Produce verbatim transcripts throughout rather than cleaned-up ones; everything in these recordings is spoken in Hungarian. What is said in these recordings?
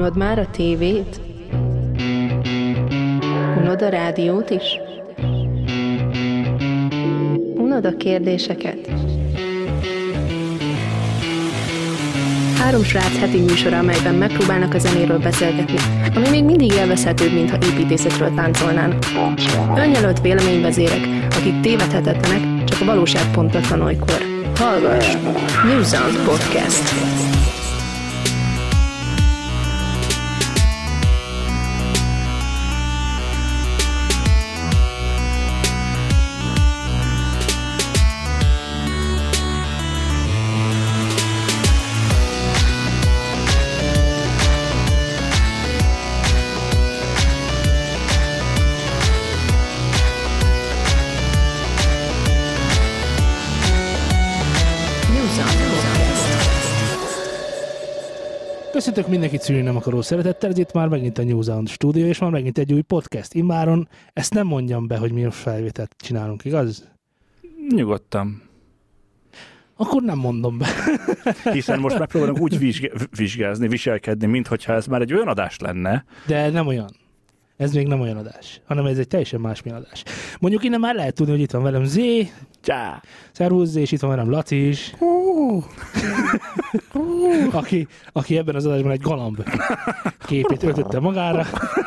Unod már a tévét? Unod a rádiót is? Unod a kérdéseket? Három srác heti műsora, amelyben megpróbálnak a zenéről beszélgetni, ami még mindig élvezhetőbb, mintha építészetről táncolnának. Önjelölt véleményvezérek, akik tévedhetetlenek, csak a valóság pontatlan olykor. Hallgass! New Sound Podcast. Köszöntök mindenkit szülni nem akaró szeretettel, ez itt már megint a New Sound stúdió, és már megint egy új podcast. Immáron ezt nem mondjam be, hogy mi a felvételt csinálunk, igaz? Nyugodtan. Akkor nem mondom be. Hiszen most megpróbálunk úgy vizsg- vizsgázni, viselkedni, minthogyha ez már egy olyan adás lenne. De nem olyan. Ez még nem olyan adás, hanem ez egy teljesen másmilyen adás. Mondjuk innen már lehet tudni, hogy itt van velem Zé. Csá! Szervusz Zé, és itt van velem Laci is. aki, aki ebben az adásban egy galamb képét öltötte magára.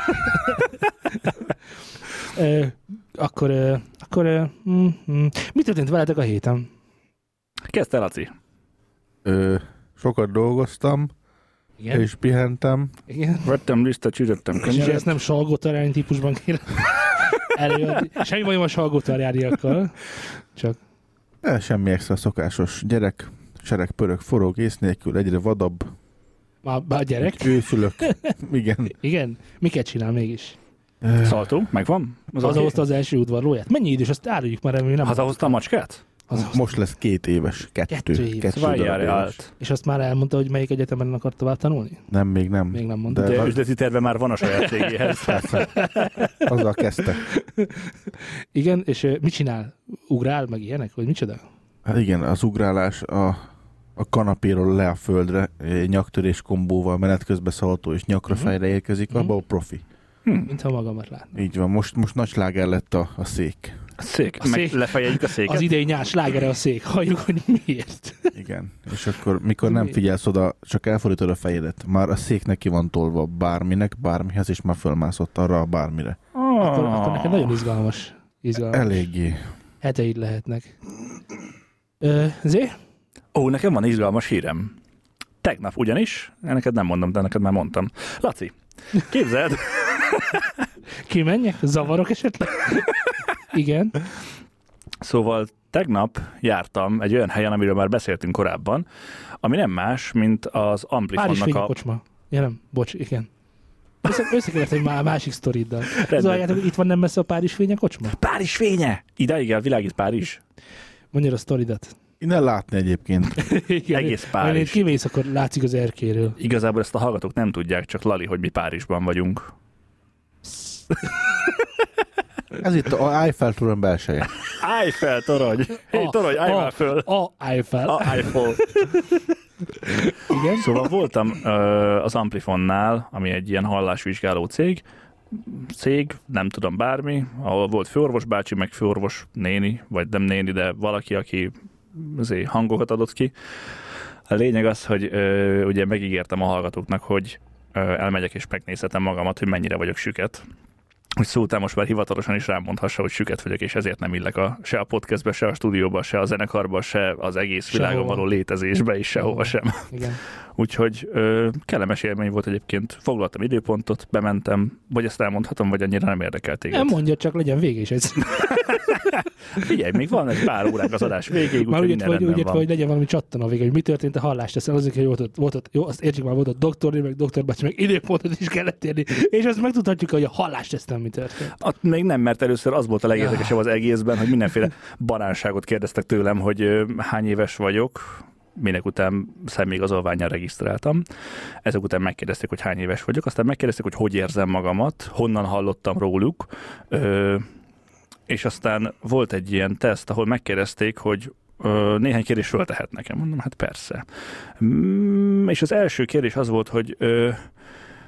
e, akkor, e, akkor e, mm, mm. mi történt veletek a héten? Kezdte, Laci. Ö, sokat dolgoztam, Igen? és pihentem. Igen? Vettem lisztet, csütöttem És könyvet. ezt nem salgótarjány típusban kéne előadni. Semmi bajom a salgótarjáriakkal. Csak... E, semmi extra, szokásos gyerek, sereg, pörög, forog, ész nélkül, egyre vadabb. Már, már gyerek? Őszülök. Igen. Igen? Miket csinál mégis? Szaltó, megvan? Az Hazahozta az első udvarlóját. Mennyi idős? Azt áruljuk már, remélem nem. Hazahozta a macskát? Hazahozta. Most lesz két éves. Kettő. Kettő éves. Kettő Várjál, darab éves. állt. És azt már elmondta, hogy melyik egyetemen akart tovább tanulni? Nem, még nem. Még nem mondta. De, De de üzleti terve már van a saját cégéhez. persze. Azzal kezdte. Igen, és uh, mit csinál? Ugrál, meg ilyenek? Vagy micsoda? Hát igen, az ugrálás a, a kanapéról le a földre, egy nyaktörés kombóval, menet közben szaltó és nyakra Uh-huh. fejre érkezik, Uh-huh. abban a profi. Hm. Mintha magamat látna. Így van, most, most nagy sláger lett a, a szék. Szék. A Meg szék. lefejeljük a széket? Az idei nyár slágere a szék. Halljuk, hogy miért. Igen, és akkor mikor nem figyelsz oda, csak elfordítod a fejedet, már a szék neki van tolva bárminek, bármihez, és már fölmászott arra a bármire. Oh. Akkor, akkor neked nagyon izgalmas. izgalmas. Eléggé. Heteid lehetnek. Ö, Zé? Ó, nekem van izgalmas hírem. Tegnap ugyanis, neked nem mondom, de neked már mondtam. Laci, képzeld, Kimenjek? Zavarok esetleg? Igen. szóval tegnap jártam egy olyan helyen, amiről már beszéltünk korábban, ami nem más, mint az Párizs Amplifonnak fény a a... kocsma. Ja nem, bocs, igen. Össze- Összekevertem egy má- másik sztoriddal. Rendben. Az halljátok, hogy itt van nem messze a Párizs fény a kocsma? Párizs fénye! Idáig elvilágít Párizs. Mondja a sztoridat. Innen látni egyébként. Igen, Egész Párizs. Párizs. Kimész, akkor látszik az erkéről. Igazából ezt a hallgatók nem tudják, csak Lali, hogy mi Párizsban vagyunk. Ez itt a Eiffel torony belseje. Eiffel torony! Hé, hey, A- torony, állj a- már föl! A Eiffel. A Eiffel. Igen. Szóval voltam ö, az Amplifonnál, ami egy ilyen hallásvizsgáló cég, cég, nem tudom bármi, ahol volt főorvos bácsi, meg főorvos néni, vagy nem néni, de valaki, aki azért hangokat adott ki. A lényeg az, hogy ö, ugye megígértem a hallgatóknak, hogy ö, elmegyek és megnézhetem magamat, hogy mennyire vagyok süket. Hogy szó után most már hivatalosan is rám mondhassa, hogy süket vagyok, és ezért nem illek a, se a podcastbe, se a stúdióba, se a zenekarba, se az egész világon Sehova. való létezésbe, és sehova sem. Igen. Úgyhogy ö, kellemes élmény volt egyébként. Foglaltam időpontot, bementem, vagy ezt elmondhatom, vagy annyira nem érdekel téged. Nem mondja, csak legyen vége is ez. Figyelj, még van egy pár óránk az adás végéig, Már úgyhogy úgy minden vagy, rendben úgy van. hogy legyen valami csattan a vége, hogy mi történt a hallást teszel, azért, hogy volt ott, volt ott, jó, azt értsük már, volt ott doktorné, meg doktorbácsi, meg időpontot is kellett érni, és azt megtudhatjuk, hogy a hallást tesztem, mi történt. Ott még nem, mert először az volt a legérdekesebb az egészben, hogy mindenféle banánságot kérdeztek tőlem, hogy ö, hány éves vagyok, minek után személyigazolvánnyal regisztráltam. Ezek után megkérdezték, hogy hány éves vagyok, aztán megkérdezték, hogy hogy érzem magamat, honnan hallottam róluk, ö, és aztán volt egy ilyen teszt, ahol megkérdezték, hogy ö, néhány kérdés föltehet nekem. Mondom, hát persze. Mm, és az első kérdés az volt, hogy ö,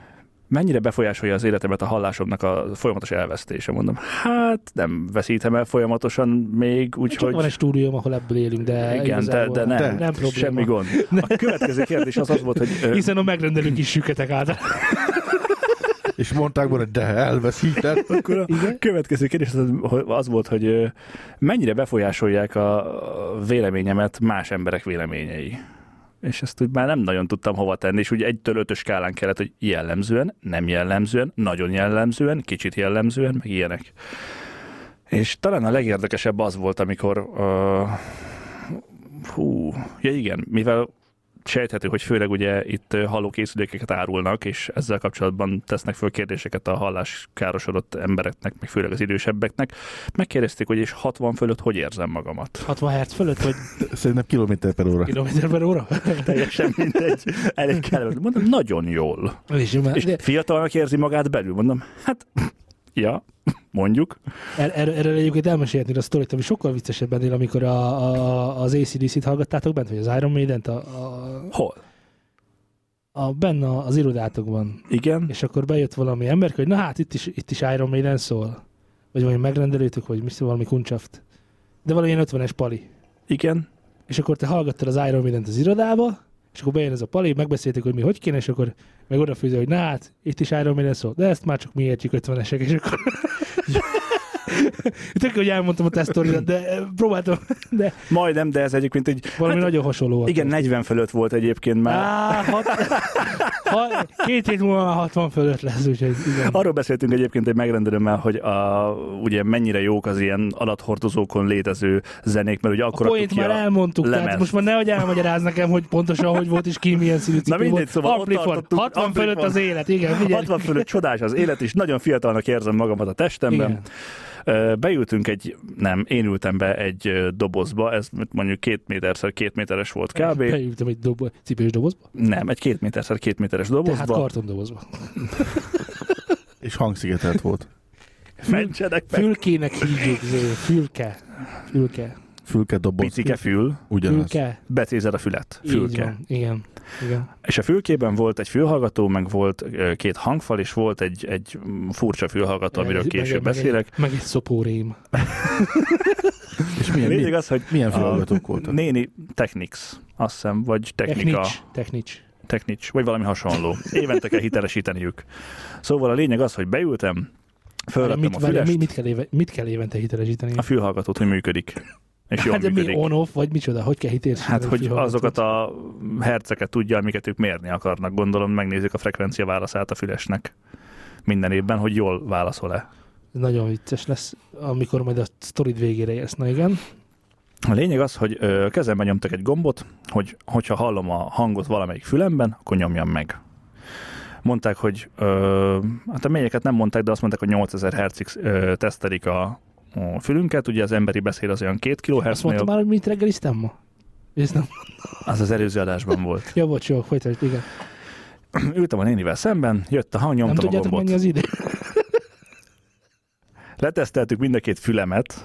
mennyire befolyásolja az életemet a hallásomnak a folyamatos elvesztése? Mondom, hát nem veszítem el folyamatosan még, úgyhogy... Csak van egy stúdióm, ahol ebből élünk, de igen, de, de nem, nem probléma. Semmi gond. A következő kérdés az az volt, hogy... Hiszen a megrendelők is süketek át. És mondták volna, de elveszíted. Akkor a igen? következő kérdés az, az volt, hogy mennyire befolyásolják a véleményemet más emberek véleményei. És ezt úgy már nem nagyon tudtam hova tenni, és úgy egytől ötös skálán kellett, hogy jellemzően, nem jellemzően, nagyon jellemzően, kicsit jellemzően, meg ilyenek. És talán a legérdekesebb az volt, amikor uh, hú, ja igen, mivel sejthető, hogy főleg ugye itt hallókészülékeket árulnak, és ezzel kapcsolatban tesznek föl kérdéseket a halláskárosodott embereknek, meg főleg az idősebbeknek. Megkérdezték, hogy és hatvan fölött hogy érzem magamat. hatvan hertz fölött, vagy? Szerintem kilométer per óra. Kilométer per óra? Teljesen mindegy. Elég kellett. Mondom, nagyon jól. És, és de... fiatalnak érzi magát belül. Mondom, hát, ja, mondjuk. Er, er, erről egyébként elmesélhetnél a sztorit, ami sokkal viccesebb ennél, amikor a, a, az á cé dé cét hallgattátok bent, vagy az Iron Maident. A, a, Hol? A, benne az irodátokban. Igen. És akkor bejött valami ember, hogy na hát itt is, itt is Iron Maiden szól. Vagy valami megrendelőtök, vagy mi szól, valami kuncsaft. De valamilyen ötvenes pali. Igen. És akkor te hallgattad az Iron Maident az irodába, és akkor bejön ez a pali, megbeszéltük, hogy mi hogy kéne, és akkor meg odafűző, hogy na hát, itt is Iron Maiden szól. De ezt már csak mi értjük ötvenesek, és akkor... Tök, hogy elmondtam a tesztoridat, de próbáltam, de... Majdnem, de ez egyébként egy... Valami hát, nagyon hasonló. Igen, negyven fölött volt egyébként már. Á, hat, ha, két hét múlva már hatvan fölött lesz, úgyhogy igen. Arról beszéltünk egyébként egy megrendelőmmel, hogy a, ugye mennyire jók az ilyen adathordozókon létező zenék, mert ugye akkor a poént már elmondtuk, lemezt. Tehát most már nehogy elmagyaráz nekem, hogy pontosan hogy volt és ki milyen színű Na mindegy, volt. szóval Amplifon, hatvan Amplifon. Fölött az élet, igen. Figyelj. hatvan fölött csodás az élet, és nagyon fiatalnak érzem magamat a testemben. Igen. Beültünk egy, nem, én ültem be egy dobozba, ez mondjuk két méterszer két méteres volt kb. Beültem egy dobo- cipős dobozba? Nem, egy két méterszer két méteres dobozba. Tehát kartondobozba. És hangszigetelt volt. Mentsenek meg. Fülkének hívjuk, fülke. Fülke. Fülke doboz. Picike fül. Ugyanaz. Fülke. Becézed a fület. Fülke. Van. Igen. Igen. És a fülkében volt egy fülhallgató, meg volt két hangfal, és volt egy, egy furcsa fülhallgató, amiről meg, később meg, beszélek. Meg egy, meg egy szopórém. És milyen, lényeg az, hogy milyen fülhallgatók voltak? Néni Technics, azt hiszem, vagy Technika. Technics. Technics, vagy valami hasonló. Évente kell hitelesíteniük. Szóval a lényeg az, hogy beültem, fölvettem mit, a fülest. Mit, mit, kell éve, mit kell évente hitelesíteni? A fülhallgatót, hogy működik. És jól hát de működik. Mi on-off, vagy micsoda? Hogy kell hitelesíteni? Hát, hogy azokat a herceket tudja, amiket ők mérni akarnak. Gondolom, megnézik a frekvencia válaszát a fülesnek minden évben, hogy jól válaszol-e. Ez nagyon vicces lesz, amikor majd a sztorid végére érsz. Na igen. A lényeg az, hogy ö, kezemben nyomtak egy gombot, hogy hogyha hallom a hangot valamelyik fülemben, akkor nyomjam meg. Mondták, hogy ö, hát a mélyeket nem mondták, de azt mondták, hogy nyolcezer hertzig ö, tesztelik a, a fülünket. Ugye az emberi beszéd az olyan két kilohertznél. Azt mondtam már, hogy mit reggeliztem ma? Ez nem... Az az előző adásban volt. Ja, bocs, jó, folytasd, igen. Ültem a nénivel szemben, jött a hang, nyomtam nem a gombot. Nem tudjátok, mennyi az idő? Leteszteltük mind a két fülemet,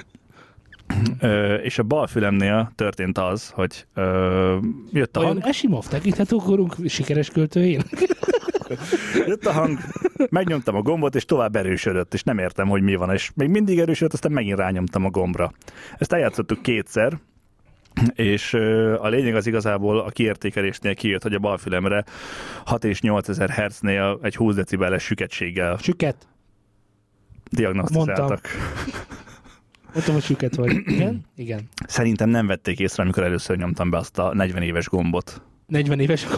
ö, és a bal fülemnél történt az, hogy ö, jött a Olyan hang. Asimov tekinthető korunk sikeres költőjén? Jött a hang, megnyomtam a gombot, és tovább erősödött, és nem értem, hogy mi van, és még mindig erősödött, aztán megint rányomtam a gombra. Ezt eljátszottuk kétszer, és ö, a lényeg az igazából a kiértékelésnél kijött, hogy a bal fülemre hat és nyolc ezer hertznél egy húsz decibeles süketséggel Süket. diagnosztizáltak. Mondtam, hogy süket vagy. Igen? Igen. Szerintem nem vették észre, amikor először nyomtam be azt a negyven éves gombot. negyven éves?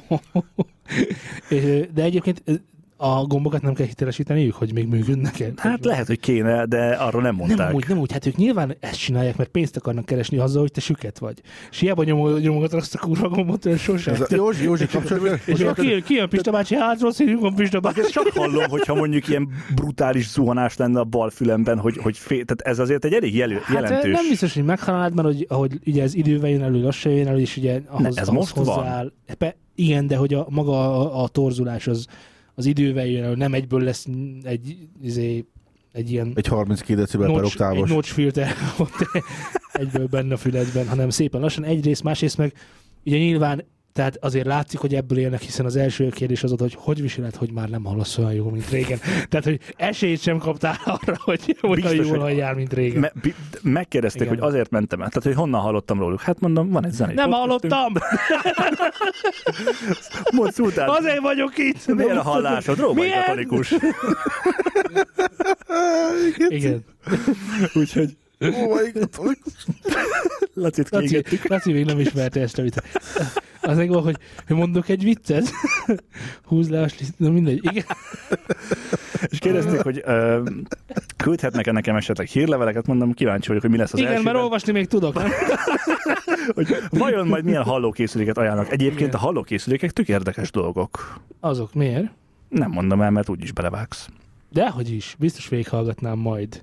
De egyébként a gombokat nem kell hitelesíteniük, hogy még működnek? Hát lehet, hogy kéne, de arról nem mondták. Nem úgy, nem úgy. Hát ők nyilván ezt csinálják, mert pénzt akarnak keresni azzal, hogy te süket vagy. És hiába nyomogatod azt a kurva gombot, hogy sosem. Ez a Józsi, Józsi kapcsolatban. És ki, ki jön Pista bácsi? Hát rossz hívjuk van Pista bácsi. Csak hallom, hogyha mondjuk ilyen brutális zuhanás lenne a bal fülemben, hogy, hogy fél, tehát ez azért egy elég jelő, hát jelentős. Nem biztos, hogy meghalálnád, mert hogy, ahogy ugye ez idővel jön elő, lassan jön elő, és ugye ahhoz, ne, ez ahhoz most hozzááll. Be, igen, de hogy a, maga a, a torzulás az az idővel jön elő, nem egyből lesz egy, izé, egy ilyen... Egy harminckét decibel per oktávos. Egy notch filter ott egyből benne a füledben, hanem szépen lassan egyrészt, másrészt meg ugye nyilván, Tehát azért látszik, hogy ebből élnek, hiszen az első kérdés az ott, hogy hogy viseled, hogy már nem hallasz olyan jó, mint régen. Tehát, hogy esélyt sem kaptál arra, hogy olyan jól halljál, mint régen. Me- bi- megkérdezték, igen. hogy azért mentem el. Tehát, hogy honnan hallottam róluk. Hát mondom, van egy zenei Nem hallottam! Mondd szultán. Azért vagyok itt! Miért a hallásod? Római katolikus. Igen. Úgyhogy... Római katolikus. Lacit kiégettük. Laci még nem ismerte ezt a viccet. Az meg van, hogy mondok egy viccet. Húzd le a sliszt, na mindegy. Igen. És kérdezték, hogy uh, küldhetnek-e nekem esetleg hírleveleket, mondom, kíváncsi vagyok, hogy mi lesz az igen, elsőben. mert olvasni még tudok, nem? Hogy vajon majd milyen hallókészüléket ajánlnak. Egyébként igen. A hallókészülékek tök érdekes dolgok. Azok miért? Nem mondom el, mert úgyis belevágsz. Dehogy is, biztos végighallgatnám majd.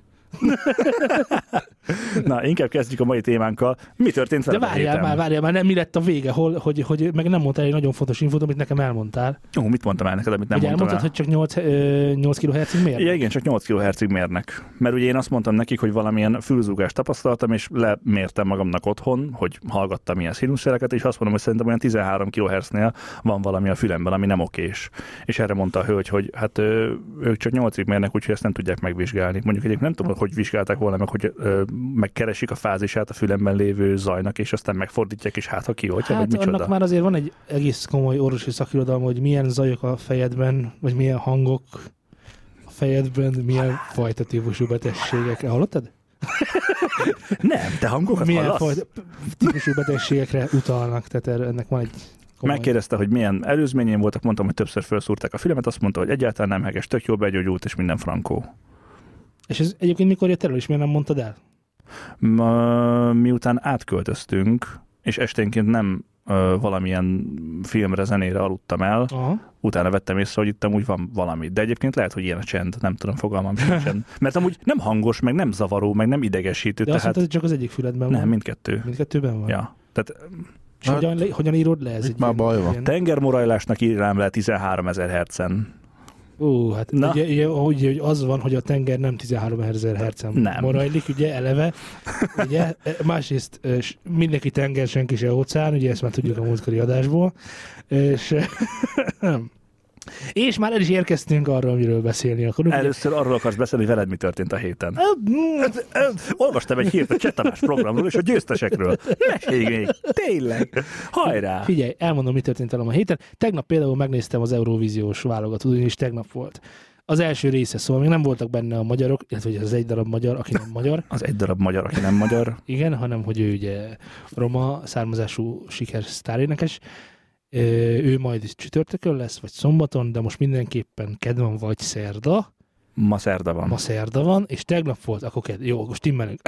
Na, inkább kezdjük a mai témánkkal. Mi történt veled De várjál már, várjál már, nem, mi lett a vége, hol, hogy, hogy meg nem mondtál egy nagyon fontos infót, amit nekem elmondtál. Ó, mit mondtam el neked, amit nem hogy mondtam elmondtad, el? hogy csak nyolc kilohertzig mérnek? Ja, igen, csak nyolc kilohertzig mérnek. Mert ugye én azt mondtam nekik, hogy valamilyen fülzúgást tapasztaltam, és lemértem magamnak otthon, hogy hallgattam ilyen színuszjeleket, és azt mondom, hogy szerintem olyan tizenhárom kilohertznél van valami a fülemben, ami nem okés. És erre mondta a hölgy, hogy hát ők csak nyolcig mérnek, úgyhogy ezt nem tudják megvizsgálni. Mondjuk egyébként nem tudom, hogy vizsgálták volna meg, hogy ö, megkeresik a fázisát a fülemben lévő zajnak, és aztán megfordítják, és hát ha kioltja, hát vagy micsoda. Annak már azért van egy egész komoly orvosi szakirodalom, hogy milyen zajok a fejedben, vagy milyen hangok a fejedben, milyen fajta típusú betegségek. Hallottad? Nem, te hangokat milyen hallasz? fajta típusú betegségekre utalnak, tehát ennek van egy komoly... Megkérdezte, hogy milyen előzményén voltak, mondtam, hogy többször felszúrták a fülemet, azt mondta, hogy egyáltalán nem heges, tök jól begyógyult, és minden frankó. És ez egyébként mikor jött elő, és miért nem mondtad el? Ma, miután átköltöztünk, és esténként nem ö, valamilyen filmre, zenére aludtam el, Aha. utána vettem észre, hogy itt amúgy van valami. De egyébként lehet, hogy ilyen a csend, nem tudom, fogalmam sincsen. Mert amúgy nem hangos, meg nem zavaró, meg nem idegesítő. De azt tehát... mondtad, hogy csak az egyik füledben van? Nem, mindkettő. Mindkettőben van? Ja. Tehát... És hát, hogyan, le, hogyan írod le? Ez itt már baj van. Ilyen... Tengermorajlásnak írám le tizenháromezer hertzen. Ó, hát ugye, ugye, ugye az van, hogy a tenger nem tizenháromezer hertzen morajlik, ugye eleve, ugye, másrészt mindenki tenger, senki se óceán, ugye ezt már tudjuk a múltkori adásból, és, és már el is érkeztünk arra, amiről beszélni akarunk. Először arról akarsz beszélni, hogy veled mi történt a héten. Olvastam egy hírt a Cseh Tamás programról és a győztesekről. Mesélj még, tényleg, hajrá! Figyelj, elmondom, mi történt velem a héten. Tegnap például megnéztem az Eurovíziós válogatót, és tegnap volt. Az első része, szóval még nem voltak benne a magyarok, illetve az egy darab magyar, aki nem magyar. Az egy darab magyar, aki nem magyar. Igen, hanem hogy ő ugye roma származású sikersztárénekes. Ő majd csütörtökön lesz, vagy szombaton, de most mindenképpen kedden vagy szerda. Ma szerda van. Ma szerda van, és tegnap volt, akkor ked... jó, most timmelünk.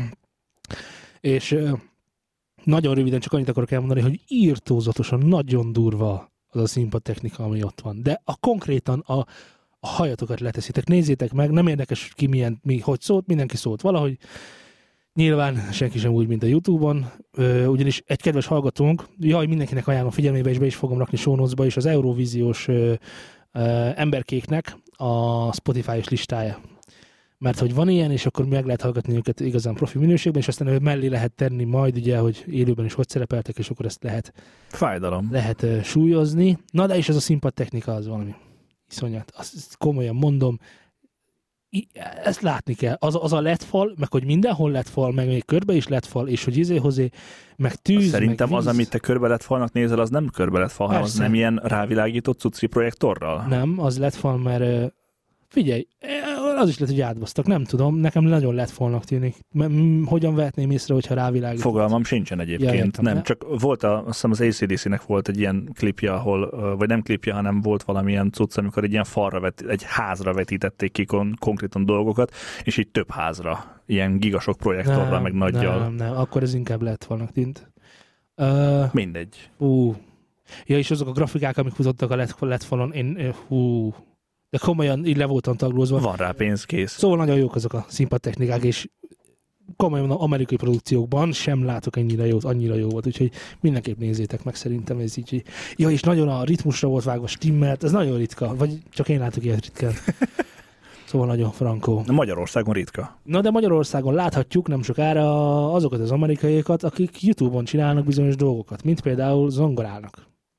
És nagyon röviden csak annyit akarok elmondani, hogy írtózatosan, nagyon durva az a színpadtechnika, ami ott van. De a konkrétan a, a hajatokat leteszitek, nézzétek meg, nem érdekes ki milyen, mi, hogy szólt, mindenki szólt valahogy. Nyilván senki sem úgy, mint a YouTube-on, ugyanis egy kedves hallgatónk, jaj, mindenkinek ajánlom figyelmébe, és be is fogom rakni show notes-ba is az Eurovíziós emberkéknek a Spotify-os listája. Mert hogy van ilyen, és akkor meg lehet hallgatni őket igazán profi minőségben, és aztán ő mellé lehet tenni majd, ugye, hogy élőben is hogy szerepeltek, és akkor ezt lehet, Fájdalom. lehet uh, súlyozni. Na, de is ez a színpadtechnika az valami iszonyat. Azt komolyan mondom, ezt látni kell. Az, az a ledfal, meg hogy mindenhol ledfal, meg még körbe is ledfal, és hogy izé hozé, meg tűz, Szerintem meg az, amit te körbe ledfalnak nézel, az nem körbe ledfal, hanem az nem ilyen rávilágított cucci projektorral. Nem, az ledfal, mert figyelj, az is lehet, hogy átbasztak, nem tudom, nekem nagyon ledfalnak tűnik. Hogyan vehetném észre, hogyha rávilágított? Fogalmam sincsen egyébként. Ja, értem, nem, ne? Csak volt, a, azt hiszem az á cé dé cé-nek volt egy ilyen klipje, ahol, vagy nem klipje, hanem volt valamilyen cucc, amikor egy ilyen falra, vet, egy házra vetítették ki kon, konkrétan dolgokat, és így több házra, ilyen gigasok projektorral, nem, meg nagyjal. Nem, nem, akkor ez inkább ledfalnak tűnt. Uh, Mindegy. Hú. Ja, és azok a grafikák, amik futottak a ledfalon, én, hú, de komolyan így le voltam taglózva. Van rá pénz, kész. Szóval nagyon jók azok a színpadtechnikák, és komolyan amerikai produkciókban sem látok ennyire jót, annyira jó volt, úgyhogy mindenképp nézzétek meg, szerintem ez így. Ja, és nagyon a ritmusra volt vágva, stimmelt, ez nagyon ritka, vagy csak én látok ilyet ritkán. Szóval nagyon frankó. Magyarországon ritka. Na de Magyarországon láthatjuk nem sokára azokat az amerikaiakat, akik YouTube-on csinálnak bizonyos dolgokat, mint például zongorálnak.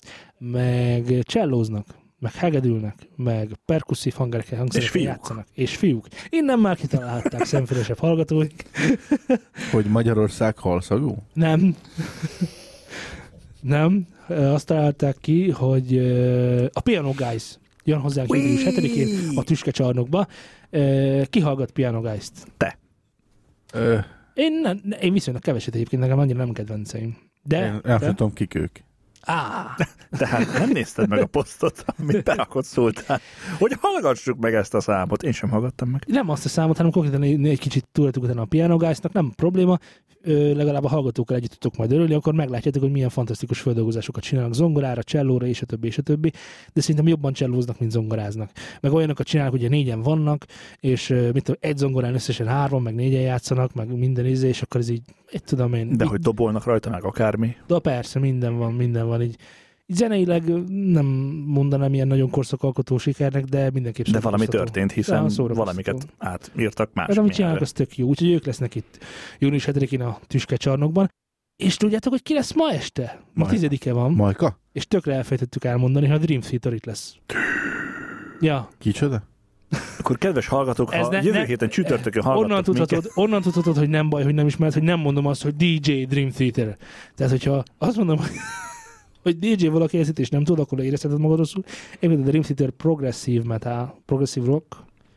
meg csellóznak, meg hegedülnek, meg perkusszív hangerekkel hangszerekkel És játszanak. És fiúk. Innen már kitalálták szemfülesebb hallgatóik. Hogy Magyarország halszagú? Nem. Nem. Azt találták ki, hogy a Piano Guys jön hozzánk július hetedikén a Tüskecsarnokba. Ki hallgat Piano Guys-t? Te. Ö, Én, nem, én viszonylag keveset egyébként, nekem annyira nem kedvenceim. De... én nem de... tudom, kik ők. Á, Tehát nem nézted meg a posztot, amit berakott szóltál, hogy hallgassuk meg ezt a számot. Én sem hallgattam meg. nem azt a számot, hanem konkrétan egy, egy kicsit túléltük utána a Piano Guys-nak, nem probléma, ö, legalább a hallgatókkal együtt tudtok majd örülni, akkor meglátjátok, hogy milyen fantasztikus földolgozásokat csinálnak zongorára, csellóra, és a többi, és a többi, de szerintem jobban csellóznak, mint zongoráznak. Meg olyanokat csinálnak, ugye négyen vannak, és ö, mit tudom, egy zongorán összesen három, meg négyen játszanak, meg minden íze, és akkor ez így, egy tudom én. De így, hogy dobolnak rajta meg akármi. de persze, minden van, minden van így. Így zeneileg nem mondanám ilyen nagyon korszakalkotó sikernek, de mindenképp De valami szórakoztató. történt, hiszen Ja, szórakoztató. valamiket átírtak más Ez, amit csinálnak, nyelvre. az tök jó. Úgyhogy ők lesznek itt június hetedikén a Tüskecsarnokban. És tudjátok, hogy ki lesz ma este? Ma Majd. tizedike van, Majka? és tökre elfejtettük elmondani, hogy a Dream Theater itt lesz. Ja, Kicsoda? Akkor kedves hallgatók, Ez ha ne- jövő ne- héten csütörtökön onnan hallgattok tudhatod, minket, onnan tudhatod, hogy nem baj, hogy nem ismered, hogy nem mondom azt, hogy dé dzsé Dream Theater. Tehát, hogyha azt mondom, hogy hogy dé dzsé valaki ezt és nem tud, akkor érezheted magad rosszul. Én a Dream Theater progressive metal, progressive rock,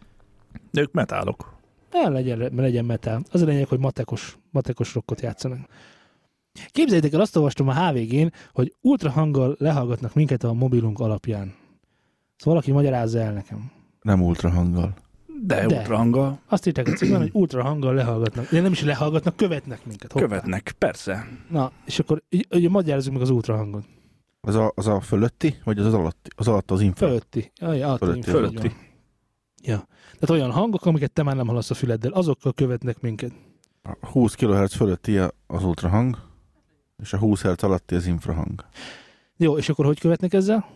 ők metálok. el legyen, legyen metal. Az a lényeg, hogy matekos, matekos rockot játszanak. Képzeljétek el, azt olvastam a há vé gén, hogy ultrahanggal lehallgatnak minket a mobilunk alapján. Szóval valaki magyarázza el nekem. Nem ultrahanggal. De, De. ultrahanggal Azt írták a cikkben, hogy ultrahanggal lehallgatnak. De nem is lehallgatnak, követnek minket. Hoppá. követnek, persze. Na, és akkor így- ugye magyarázzuk meg az ultrahangot. Az a, az a fölötti, vagy az, az alatti? Az alatt az infra. Fölötti. Jaj, alatti, Fölötti, fölötti. fölötti. Ja. Tehát olyan hangok, amiket te már nem hallasz a füleddel, azokkal követnek minket. A húsz kilohertz fölötti az ultrahang, és a húsz hertz alatti az infrahang. Jó, és akkor hogy követnek ezzel?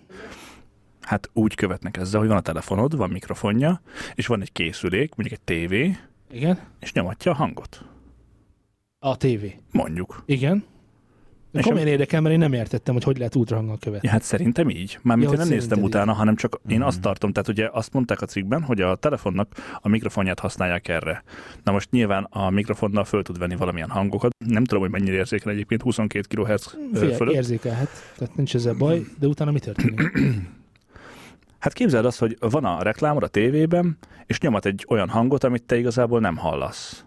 Hát úgy követnek ezzel, hogy van a telefonod, van mikrofonja, és van egy készülék, mondjuk egy tévé, Igen. és nyomatja a hangot. A tévé. Mondjuk. Igen. De És komolyan érdekel, mert én nem értettem, hogy hogy lehet ultrahanggal követni. Ja, hát szerintem így. Mármint Ja, én nem hogy néztem szerinted utána, hanem csak én Mhm. azt tartom, tehát ugye azt mondták a cikkben, hogy a telefonnak a mikrofonját használják erre. Na most nyilván a mikrofonnal föl tud venni valamilyen hangokat. Nem tudom, hogy mennyire érzékel egyébként huszonkét kilohertz Figyelj, fölött. érzékelhet, tehát nincs ezzel baj, de utána mi történik? Hát képzeld azt, hogy van a reklámod a tévében, és nyomat egy olyan hangot, amit te igazából nem hallasz.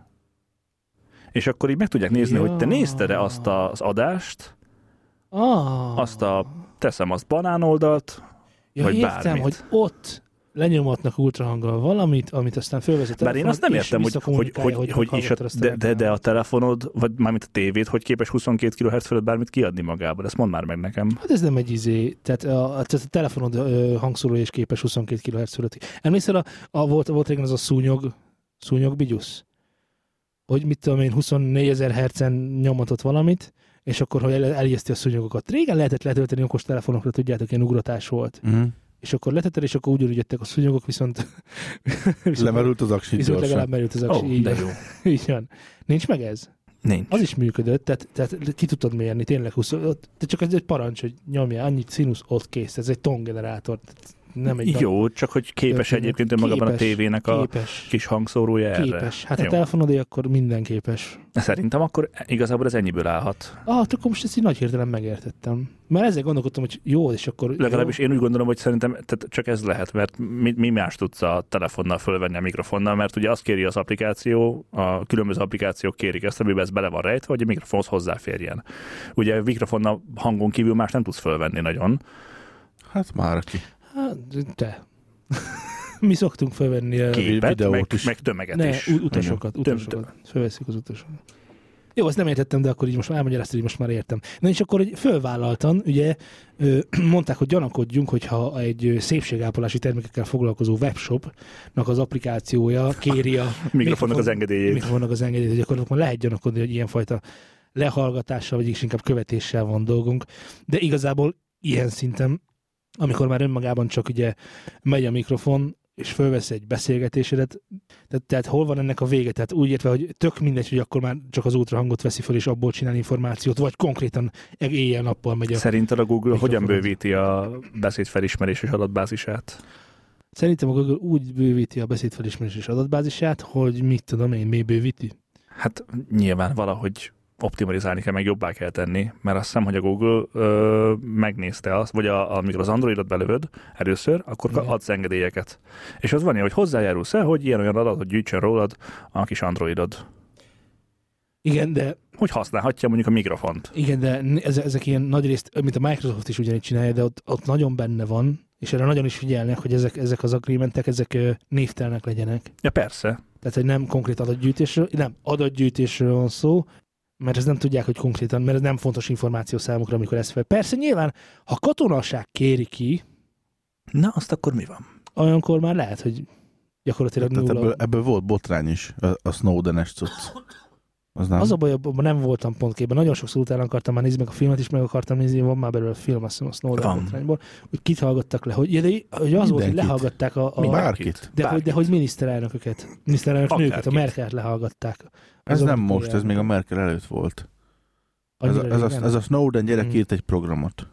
És akkor így meg tudják nézni, Ja. hogy te nézted-e azt az adást, Ah, azt a teszem azt banánoldalt, ja, vagy értem, bármit. hogy ott lenyomatnak ultrahanggal valamit, amit aztán fölvezet. bár én azt nem értem, hogy, hogy, hogy, hogy, hogy is a, de, de, de a telefonod, vagy mármint a tévét, hogy képes huszonkét kilohertz fölött bármit kiadni magából. Ezt mondd már meg nekem. Hát ez nem egy izé, tehát a, tehát a telefonod ö, hangszóró is képes huszonkét kilohertz fölötti. Emlékszel, a, a, volt, volt régen az a szúnyog, szúnyog bigyusz? Hogy mit tudom én, huszonnégyezer hertzen nyomatott valamit, és akkor, hogy el, elijeszti a szúnyogokat. Régen lehetett letölteni okos telefonokra, tudjátok, ilyen ugratás volt. Uh-huh. És akkor letetted, és akkor úgy ürüljöttek a szúnyogok, viszont... viszont Lemerült az aksit Viszont gyorsan. legalább merült az Ó, aksi. így, de van. jó. így van. Nincs meg ez? Nincs. Az is működött, tehát, tehát ki tudtad mérni, tényleg húsz, ott, de csak ez egy parancs, hogy nyomja, annyit színusz, ott kész. Ez egy tongenerátor. Nem egy Jó, csak hogy képes Történet. egyébként önmagában a Képes, tévének a képes. kis hangszórója erre. Képes. Hát Jó. a telefonodé akkor minden képes. Szerintem akkor igazából ez ennyiből állhat. Ah, akkor most ezt így nagy hirtelen megértettem. Mert ezzel gondolkodtam, hogy jó, és akkor... Legalábbis jó. én úgy gondolom, hogy szerintem tehát csak ez lehet, mert mi, mi más tudsz a telefonnal fölvenni a mikrofonnal, mert ugye azt kéri az applikáció, a különböző applikációk kérik ezt, amiben ez bele van rejtve, hogy a mikrofonhoz hozzáférjen. Ugye a mikrofonnal hangon kívül más nem tudsz fölvenni nagyon. Hát már ki. Hát, te. Mi szoktunk felvenni a... Képet, videót meg, is. meg tömeget Ne, is. u- utasokat, Töm- utasokat. Fölveszik az utasokat. Jó, ezt nem értettem, de akkor így most már elmagyaráztad, így most már értem. Na és akkor hogy fölvállaltan, ugye ö, mondták, hogy gyanakodjunk, hogyha egy szépségápolási termékekkel foglalkozó webshopnak az applikációja kéri a Mikrofonnak az engedélyét. mikrofonnak az engedélyét, hogy gyakorlatilag lehet gyanakodni, hogy ilyenfajta lehallgatással, vagy is inkább követéssel van dolgunk. De igazából ilyen szinten, amikor már önmagában csak ugye megy a mikrofon, és fölvesz egy beszélgetésedet, tehát, tehát hol van ennek a vége? Tehát úgy értve, hogy tök mindegy, hogy akkor már csak az ultrahangot veszi föl, és abból csinál információt, vagy konkrétan éjjel-nappal megy a... Szerinted a Google hogyan mikrofonod. bővíti a beszédfelismerés és adatbázisát? Szerintem a Google úgy bővíti a beszédfelismerés és adatbázisát, hogy mit tudom én, mi bővíti? Hát nyilván valahogy optimalizálni kell, meg jobbá kell tenni, mert azt hiszem, hogy a Google ö, megnézte azt, vagy a, amikor az Androidot belövöd először, akkor Igen. adsz engedélyeket. És az van, hogy hozzájárulsz el, hogy ilyen-olyan adatot gyűjtsön rólad a kis Androidod. Igen, de Hogy használhatja mondjuk a mikrofont. Igen, de ezek, ezek ilyen nagy részt, mint a Microsoft is ugyanígy csinálja, de ott, ott nagyon benne van, és erre nagyon is figyelnek, hogy ezek, ezek az agreementek, ezek ö, névtelenek legyenek. Ja persze. Tehát, hogy nem konkrét adatgyűjtésről, nem, adatgyűjtésről van szó, mert ezt nem tudják, hogy konkrétan, mert ez nem fontos információ számukra, amikor ezt fel. Persze nyilván, ha katonaság kéri ki, Na, azt akkor mi van? olyankor már lehet, hogy gyakorlatilag Tehát nulla. ebből, ebből volt botrány is, a, a Snowden-es cucc. Az nem? Az a baj, abban nem voltam pont képben. Nagyon sokszor utána akartam már nézni, meg a filmet is meg akartam nézni, van már belőle a film, azt hiszem a Snowden Van. botrányból, hogy kit hallgattak le, hogy, ja, de, hogy az volt, hogy Mindenkit. lehallgatták a, a Bárkit. de, hogy, de hogy miniszterelnököket, miniszterelnök Akárkit. nőket, a Merkelt lehallgatták. Ez Az nem amerikai most, ez még a elnököt. Merkel előtt volt. Ez, Annyira a- ez, a, régen. ez a Snowden gyerek Mm. írt egy programot.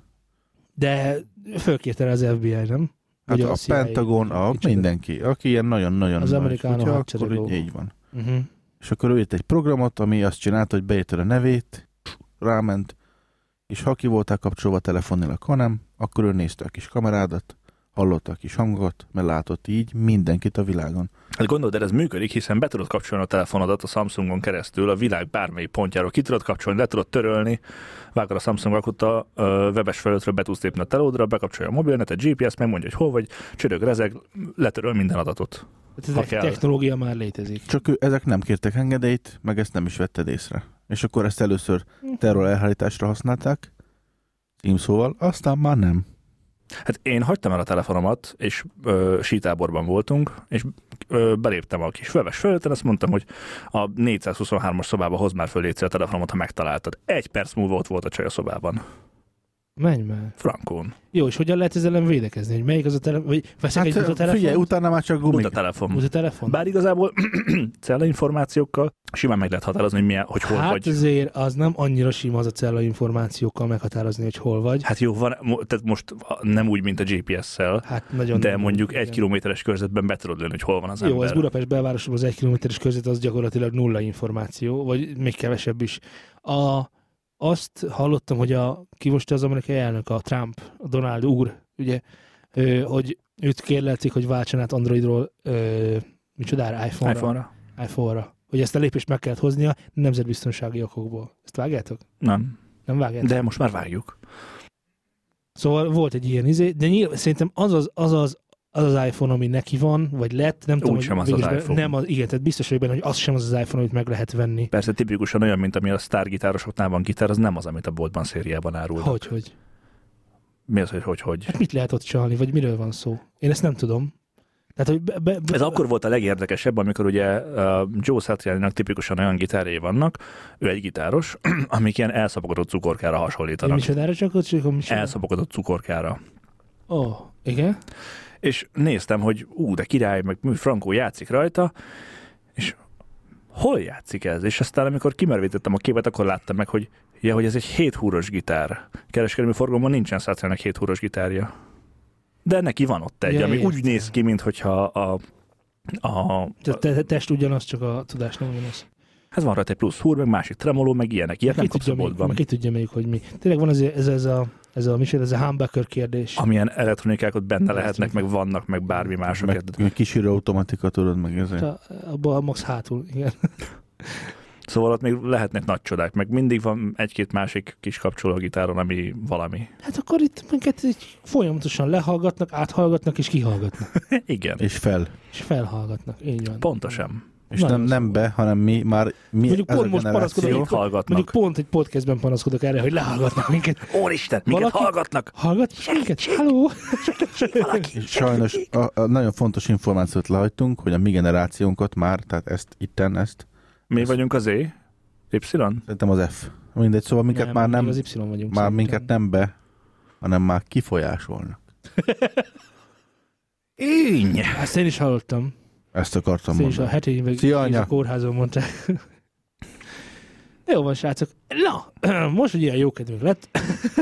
De fölkérte rá az ef bé i, nem? Hát Ugye a, C I A. Pentagon, a, Micsoda? mindenki, aki ilyen nagyon-nagyon Az nagy amerikánok kutya, hadsereg akkor dolgok. így, így van. Uh-huh. És akkor ő írt egy programot, ami azt csinálta, hogy beírtad a nevét, ráment, és ha ki voltál kapcsolva telefonilag, ha nem, akkor ő nézte a kis kamerádat, hallotta a kis hangot, mert látott így mindenkit a világon. Hát gondold el, ez működik, hiszen be tudod kapcsolni a telefonodat a Samsungon keresztül, a világ bármelyik pontjáról ki tudod kapcsolni, le tudod törölni, vágod a Samsung akut a ö, webes felületről, be tudsz lépni a telódra, bekapcsolja a mobilnetet, gé pé es, megmondja, hogy hol vagy, csörög, rezeg, letöröl minden adatot. Ez Ha a kell. technológia már létezik. Csak ő, ezek nem kértek engedélyt, meg ezt nem is vetted észre. És akkor ezt először terror elhárításra használták, címszóval, aztán már nem. Hát én hagytam el a telefonomat, és ö, sítáborban voltunk, és ö, beléptem a kis webes felületen, azt mondtam, hogy a négyszázhuszonhármas szobába hoz már föl légy a telefonomat, ha megtaláltad. Egy perc múlva ott volt a csaj a szobában. Menj már. Frankón. Jó, és hogyan lehet ezzel ellen védekezni? Hogy melyik az a telefon? Vagy veszek egy Hát mutatelefon? figyelj, utána már csak gumik. Mutatelefon. Mutatelefon? Bár igazából cellainformációkkal simán meg lehet határozni, hogy, milyen, hogy hol Hát vagy. azért az nem annyira sima az a cella információkkal meghatározni, hogy hol vagy. Hát jó, van, mo- tehát most nem úgy, mint a gé pé es-szel, Hát nagyon... de mondjuk egy igen. kilométeres körzetben be tudod lőni, hogy hol van az Jó, ember. ez Budapest belvárosban az egy kilométeres között az gyakorlatilag nulla információ, vagy még kevesebb is. A, azt hallottam, hogy a, ki most az amerikai elnök, a Trump, a Donald úr, ugye, ö, hogy őt kérlelték, hogy váltson át Androidról ö, micsodára, iPhone-ra. iPhone-ra? iPhone-ra. Hogy ezt a lépést meg kellett hoznia nemzetbiztonsági okokból. Ezt vágjátok? Nem. Nem vágjátok? De most már vágjuk. Szóval volt egy ilyen izé, de nyilván szerintem az az, az, az, az, az iPhone, ami neki van, vagy lett, nem tudom, Úgy sem hogy az az végülis be- iPhone. Nem, az, igen, tehát biztos vagyok benne, hogy az sem az az iPhone, amit meg lehet venni. Persze tipikusan olyan, mint ami a sztárgitárosoknál van gitár, az nem az, amit a boltban szériában árulnak. Hogy, hogy? Mi az, hogy hogy, hogy? Hát mit lehet ott csalni, vagy miről van szó? Én ezt nem tudom. Tehát, hogy be, be, be, Ez akkor volt a legérdekesebb, amikor ugye uh, Joe Satriani-nak tipikusan olyan gitárjai vannak, ő egy gitáros, amik ilyen elszapogatott cukorkára hogy hasonlítanak. micsodára csak ott, csak micsodára? Elszapogatott cukorkára. Ó, oh, igen? És néztem, hogy ú, de király, meg Frankó játszik rajta, és hol játszik ez? És aztán, amikor kimervítettem a képet, akkor láttam meg, hogy ja, hogy ez egy hét húros gitár. Kereskedelmi forgalomban nincsen Satrianinak hét húros gitárja. De neki van ott egy, Ja, ami értem. úgy néz ki, mintha a, a, Tehát te, test ugyanaz, csak a tudás nem ugyanaz. hát van rajta egy plusz húr, meg másik tremoló, meg ilyenek. Ilyet nem Ki kapsz a tudja, még, boltban. ki tudja még, hogy mi. Tényleg van ez, ez, ez a, ez a, micsoda, ez a humbucker kérdés. Amilyen elektronikákat benne Azt lehetnek, meg vannak, meg bármi mások. Meg, meg kísérő automatika, tudod, meg ezért. A, abban a max hátul, igen. Szóval ott még lehetnek nagy csodák, meg mindig van egy-két másik kis kapcsoló a gitáron, ami valami. Hát akkor itt minket így folyamatosan lehallgatnak, áthallgatnak és kihallgatnak. Igen, És fel. És felhallgatnak. Így van. pontosan. És Nagyon nem, nem szó. be, hanem mi már... Mi, Mondjuk ez pont a most generáció- panaszkodok, Jók hallgatnak. Mondjuk pont egy podcastben panaszkodok erre, hogy lehallgatnak minket. Úristen, minket Valaki- hallgatnak! Hallgat minket? Halló? És sajnos a, a nagyon fontos információt lehagytunk, hogy a mi generációnkat már, tehát ezt itten, ezt, Mi Ez- vagyunk az E? Y? szerintem az F. Mindegy, szóval minket nem, már nem, még az Y vagyunk. már szerintem. minket nem be, hanem már kifolyásolnak. Íny! Ezt én is hallottam. Ezt akartam Ezt én is a mondani. heti Szia, meg anya. a kórházon mondták. Jó van, srácok. Na, most, hogy ilyen jókedvünk lett.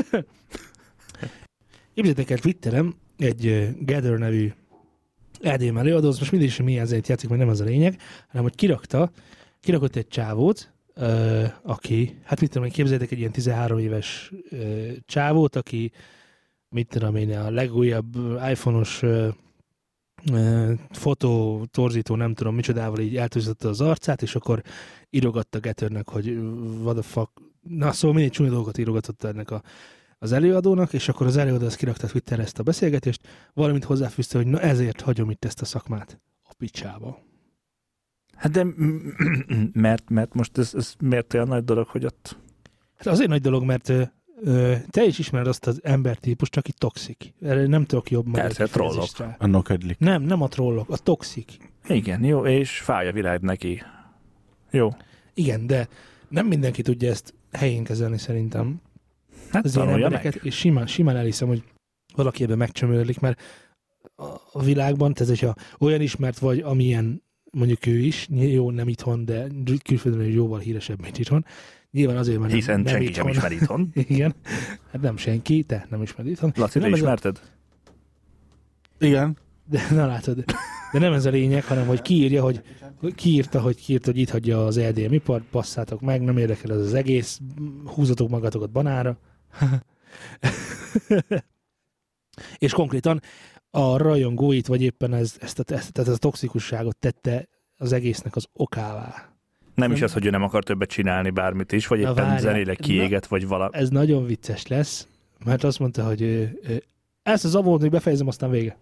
Képzeljétek el, Twitteren egy uh, Gather nevű é dé em előadó, az most mindig is milyen zenét játszik, mert nem az a lényeg, hanem hogy kirakta, kirakott egy csávót, uh, aki, hát mit tudom én, képzeljétek egy ilyen tizenhárom éves uh, csávót, aki, mit tudom én, a legújabb iPhone-os uh, uh, fotó, torzító, nem tudom micsodával így eltűzötte az arcát, és akkor írogatta Gathernek, hogy what the fuck, na szóval mindig csúnya dolgokat írogatott ennek a az előadónak, és akkor az előadó azt kirakta Twitterre ezt a beszélgetést, valamint hozzáfűzte, hogy na ezért hagyom itt ezt a szakmát a picsába. Hát de mert, mert most ez, ez miért olyan nagy dolog, hogy ott... Hát azért nagy dolog, mert ö, ö, te is ismered azt az embertípust, aki toxik. Erre nem tudok jobb magyar Persze, kifejezést trollok. rá. Annak edlik. Nem, nem a trollok, a toxik. Igen, jó, és fáj a világ neki. Jó. Igen, de nem mindenki tudja ezt helyén kezelni szerintem. Hát Az ilyen tanulja embereket, meg. és simán, simán elhiszem, hogy valaki ebben megcsömörlik, mert a, a világban, tehát hogyha olyan ismert vagy, amilyen mondjuk ő is, jó, nem itthon, de külföldön is jóval híresebb, mint itthon. Nyilván azért, mert Hiszen nem, nem senki itthon. sem ismer itthon. Igen, hát nem senki, te nem ismered itthon. Laci, te Nem ez a- ismerted? Igen. De, na látod, de nem ez a lényeg, hanem hogy kiírja, hogy hogy kiírta, hogy kiírta, hogy itt hagyja az é dé em ipart, passzátok meg, nem érdekel ez az egész, húzatok magatokat banára. És konkrétan a rajongóit, vagy éppen ez, ezt, a, ezt, tehát ez a toxikusságot tette az egésznek az okává. Nem is Nem. az, hogy ő nem akar többet csinálni bármit is, vagy Na, éppen várjál. zenéleg kiégett, vagy valami. Ez nagyon vicces lesz, mert azt mondta, hogy ő, ő, ezt az avót még befejezem, aztán vége.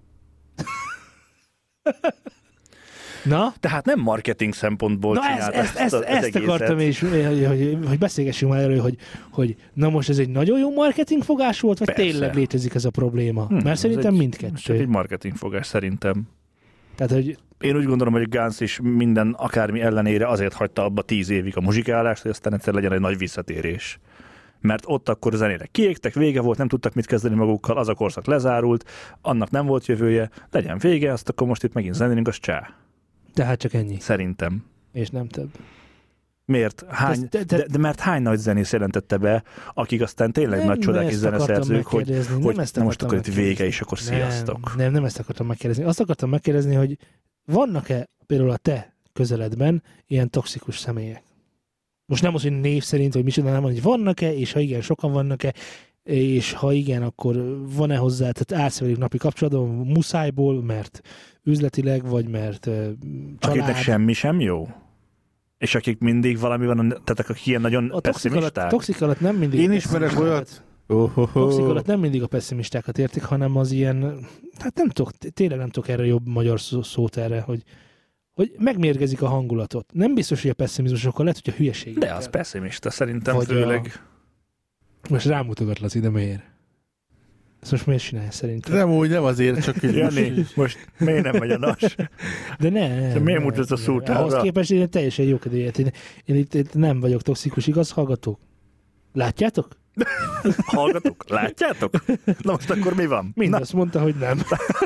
Na? Tehát nem marketing szempontból Na ezt, csinálta ezt, ezt, az, az ezt egészet. akartam is, hogy, hogy, hogy beszélgessünk már erről, hogy, hogy na most ez egy nagyon jó marketingfogás volt, vagy Persze. tényleg létezik ez a probléma? Hm, Mert ez szerintem egy- mindkettő. ez Csak egy marketingfogás szerintem. Tehát, hogy Én úgy gondolom, hogy Guns is minden akármi ellenére azért hagyta abba tíz évig a muzsikálást, hogy aztán egyszer legyen egy nagy visszatérés. Mert ott akkor a zenére kiégtek, vége volt, nem tudtak mit kezdeni magukkal, az a korszak lezárult, annak nem volt jövője, legyen vége, azt akkor most itt megint zenélünk, az csá. tehát csak ennyi, Szerintem. és nem több. Miért? Hány, de- de- de, de mert hány nagy zenész jelentette be, akik aztán tényleg Nem, nagy csodák nem és ezt akartam zeneszerzők, hogy, megkérdezni, hogy nem ezt na most akartam akkor itt megkérdezni. vége, és akkor sziasztok. Nem, nem, nem ezt akartam megkérdezni. Azt akartam megkérdezni, hogy vannak-e például a te közeledben ilyen toxikus személyek? Most nem az, hogy név szerint, hogy micsoda, hanem hogy vannak-e, és ha igen, sokan vannak-e, és ha igen, akkor van-e hozzá, tehát állsz velük napi kapcsolatban, muszájból, mert üzletileg, vagy mert uh, család. Akiknek semmi sem jó? És akik mindig valami van, tehát akik ilyen nagyon A toxik alatt, pessimisták? toxik alatt nem mindig... Én a ismerek pessimistákat- olyat. Toxik Oh, alatt nem mindig a pessimistákat értik, hanem az ilyen, hát nem tudok, tényleg nem tudok erre jobb magyar szó- szót erre, hogy, hogy megmérgezik a hangulatot. Nem biztos, hogy a pessimizmusokkal lehet, hogy a hülyeség. De az pessimista szerintem Vagy főleg. Most rámutogat Laci, de miért? Ezt most miért csinálja szerintem? Nem úgy, nem azért, csak így Jani, most miért nem vagy a nas? De ne. Te miért ne, mutatsz a ne. szótárra? Ahhoz képest én teljesen jókedvélyet. Én, én itt, itt nem vagyok toxikus, igaz, hallgatók? Látjátok? Hallgatok? Látjátok? Na most akkor mi van? Mind Na, azt mondta, hogy nem.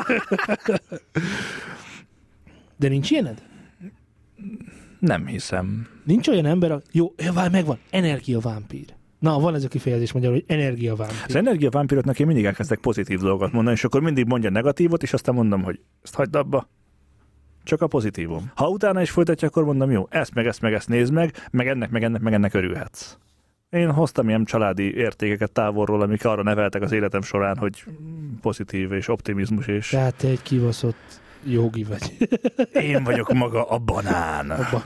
De nincs ilyened? nem hiszem. Nincs olyan ember, a... jó, ja, várj, megvan, energiavámpír. Na, van ez a kifejezés magyarul, hogy energiavámpír. Az energiavámpíroknak én mindig elkezdek pozitív dolgokat mondani, és akkor mindig mondja negatívot, és aztán mondom, hogy ezt hagyd abba. Csak a pozitívum. Ha utána is folytatja, akkor mondom, jó, ezt meg ezt meg ezt nézd meg, meg ennek meg ennek meg ennek örülhetsz. Én hoztam ilyen családi értékeket távolról, amik arra neveltek az életem során, hogy pozitív és optimizmus, és Tehát te egy kibaszott jogi vagy. én vagyok maga a banán. Abba.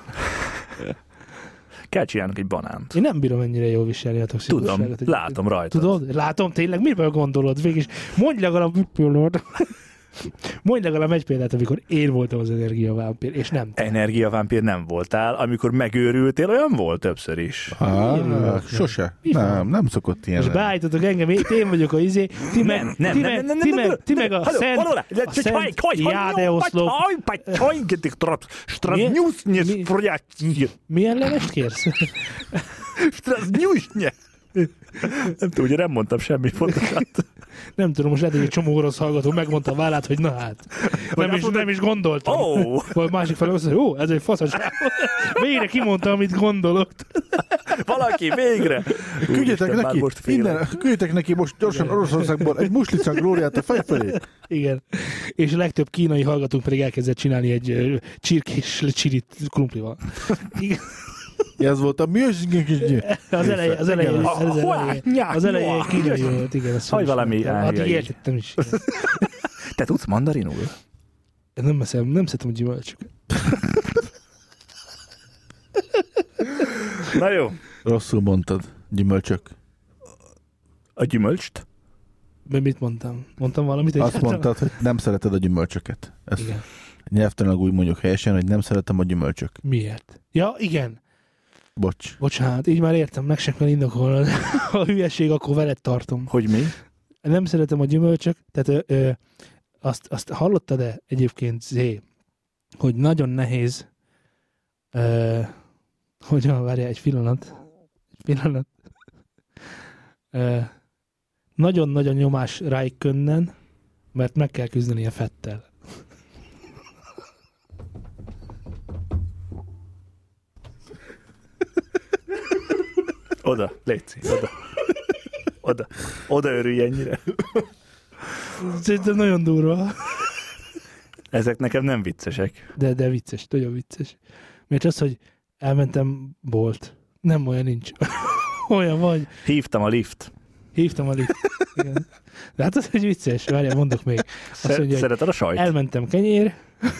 Kell csinálnunk egy banánt. Én nem bírom ennyire jól viselni a toxikusságot. Tudom, egyébként. látom rajta. Tudod? Látom tényleg, miről gondolod végig? Mondj legalább mit például. Mondj legalább egy példát, amikor én voltam az energiavámpír, és nem te. Energiavámpír nem voltál, amikor megőrültél, olyan volt többször is. Ah, sose. Mi van? Nem, nem szokott ilyen Most lenni. beállítotok engem, én én vagyok a izé, ti meg, Nem, nem, ti nem, meg, nem, ti nem, meg, nem, ti meg a Halló, szent, halló, a csak szent haj, haj, haj, Jádeoszlop. haj, haj, haj, getik trap, straznyusznyes, Mi? projátnyes, Milyen levest kérsz? straznyusznyes. Nem tudom, ugye nem mondtam semmi fontosat. Nem tudom, most lehet, hogy egy csomó orosz hallgató megmondta a vállát, hogy na hát. Nem is, nem is gondoltam. Oh. Vagy másik fel, azt mondja, jó, ez egy faszos. Végre kimondta, amit gondolok. Valaki, végre! Küldjetek Úristen, neki, most innen, küldjetek neki most gyorsan Oroszországból egy muslica glóriát a fej felé. Igen. És a legtöbb kínai hallgatónk pedig elkezdett csinálni egy uh, csirkés csirit krumplival. Igen. Ez volt a music. Az eleje, az eleje, az eleje, az eleje kínai volt, igen. Hagy valami. Addig értettem is. Te tudsz mandarinul? Nem szem, nem szeretem a gyümölcsöket. Na jó. Rosszul mondtad, gyümölcsök. A gyümölcst? De mit mondtam? Mondtam valamit? Azt mondtad, hogy nem szereted a gyümölcsöket. Ezt igen. Nyelvtanilag úgy mondjuk helyesen, hogy nem szeretem a gyümölcsök. Miért? Ja, igen. Bocs. Bocsánat, így már értem, meg sem kell indokolni. A hülyeség, akkor veled tartom. Hogy mi? Nem szeretem a gyümölcsök, tehát ö, ö, azt, azt hallottad-e egyébként, Zé, hogy nagyon nehéz, ö, hogyan várja egy pillanat, egy pillanat, ö, nagyon-nagyon nyomás ráig können, mert meg kell küzdeni a fettel. Oda, létszik, oda. Oda. Oda örülj ennyire. Szerintem nagyon durva. Ezek nekem nem viccesek. De, de vicces, nagyon vicces. Mert az, hogy elmentem bolt. Nem olyan nincs. Olyan vagy. Hívtam a lift. Hívtam a lift. Igen. De hát az, hogy vicces. Várjál, mondok még. Azt mondja, szereted a sajt? Elmentem kenyér.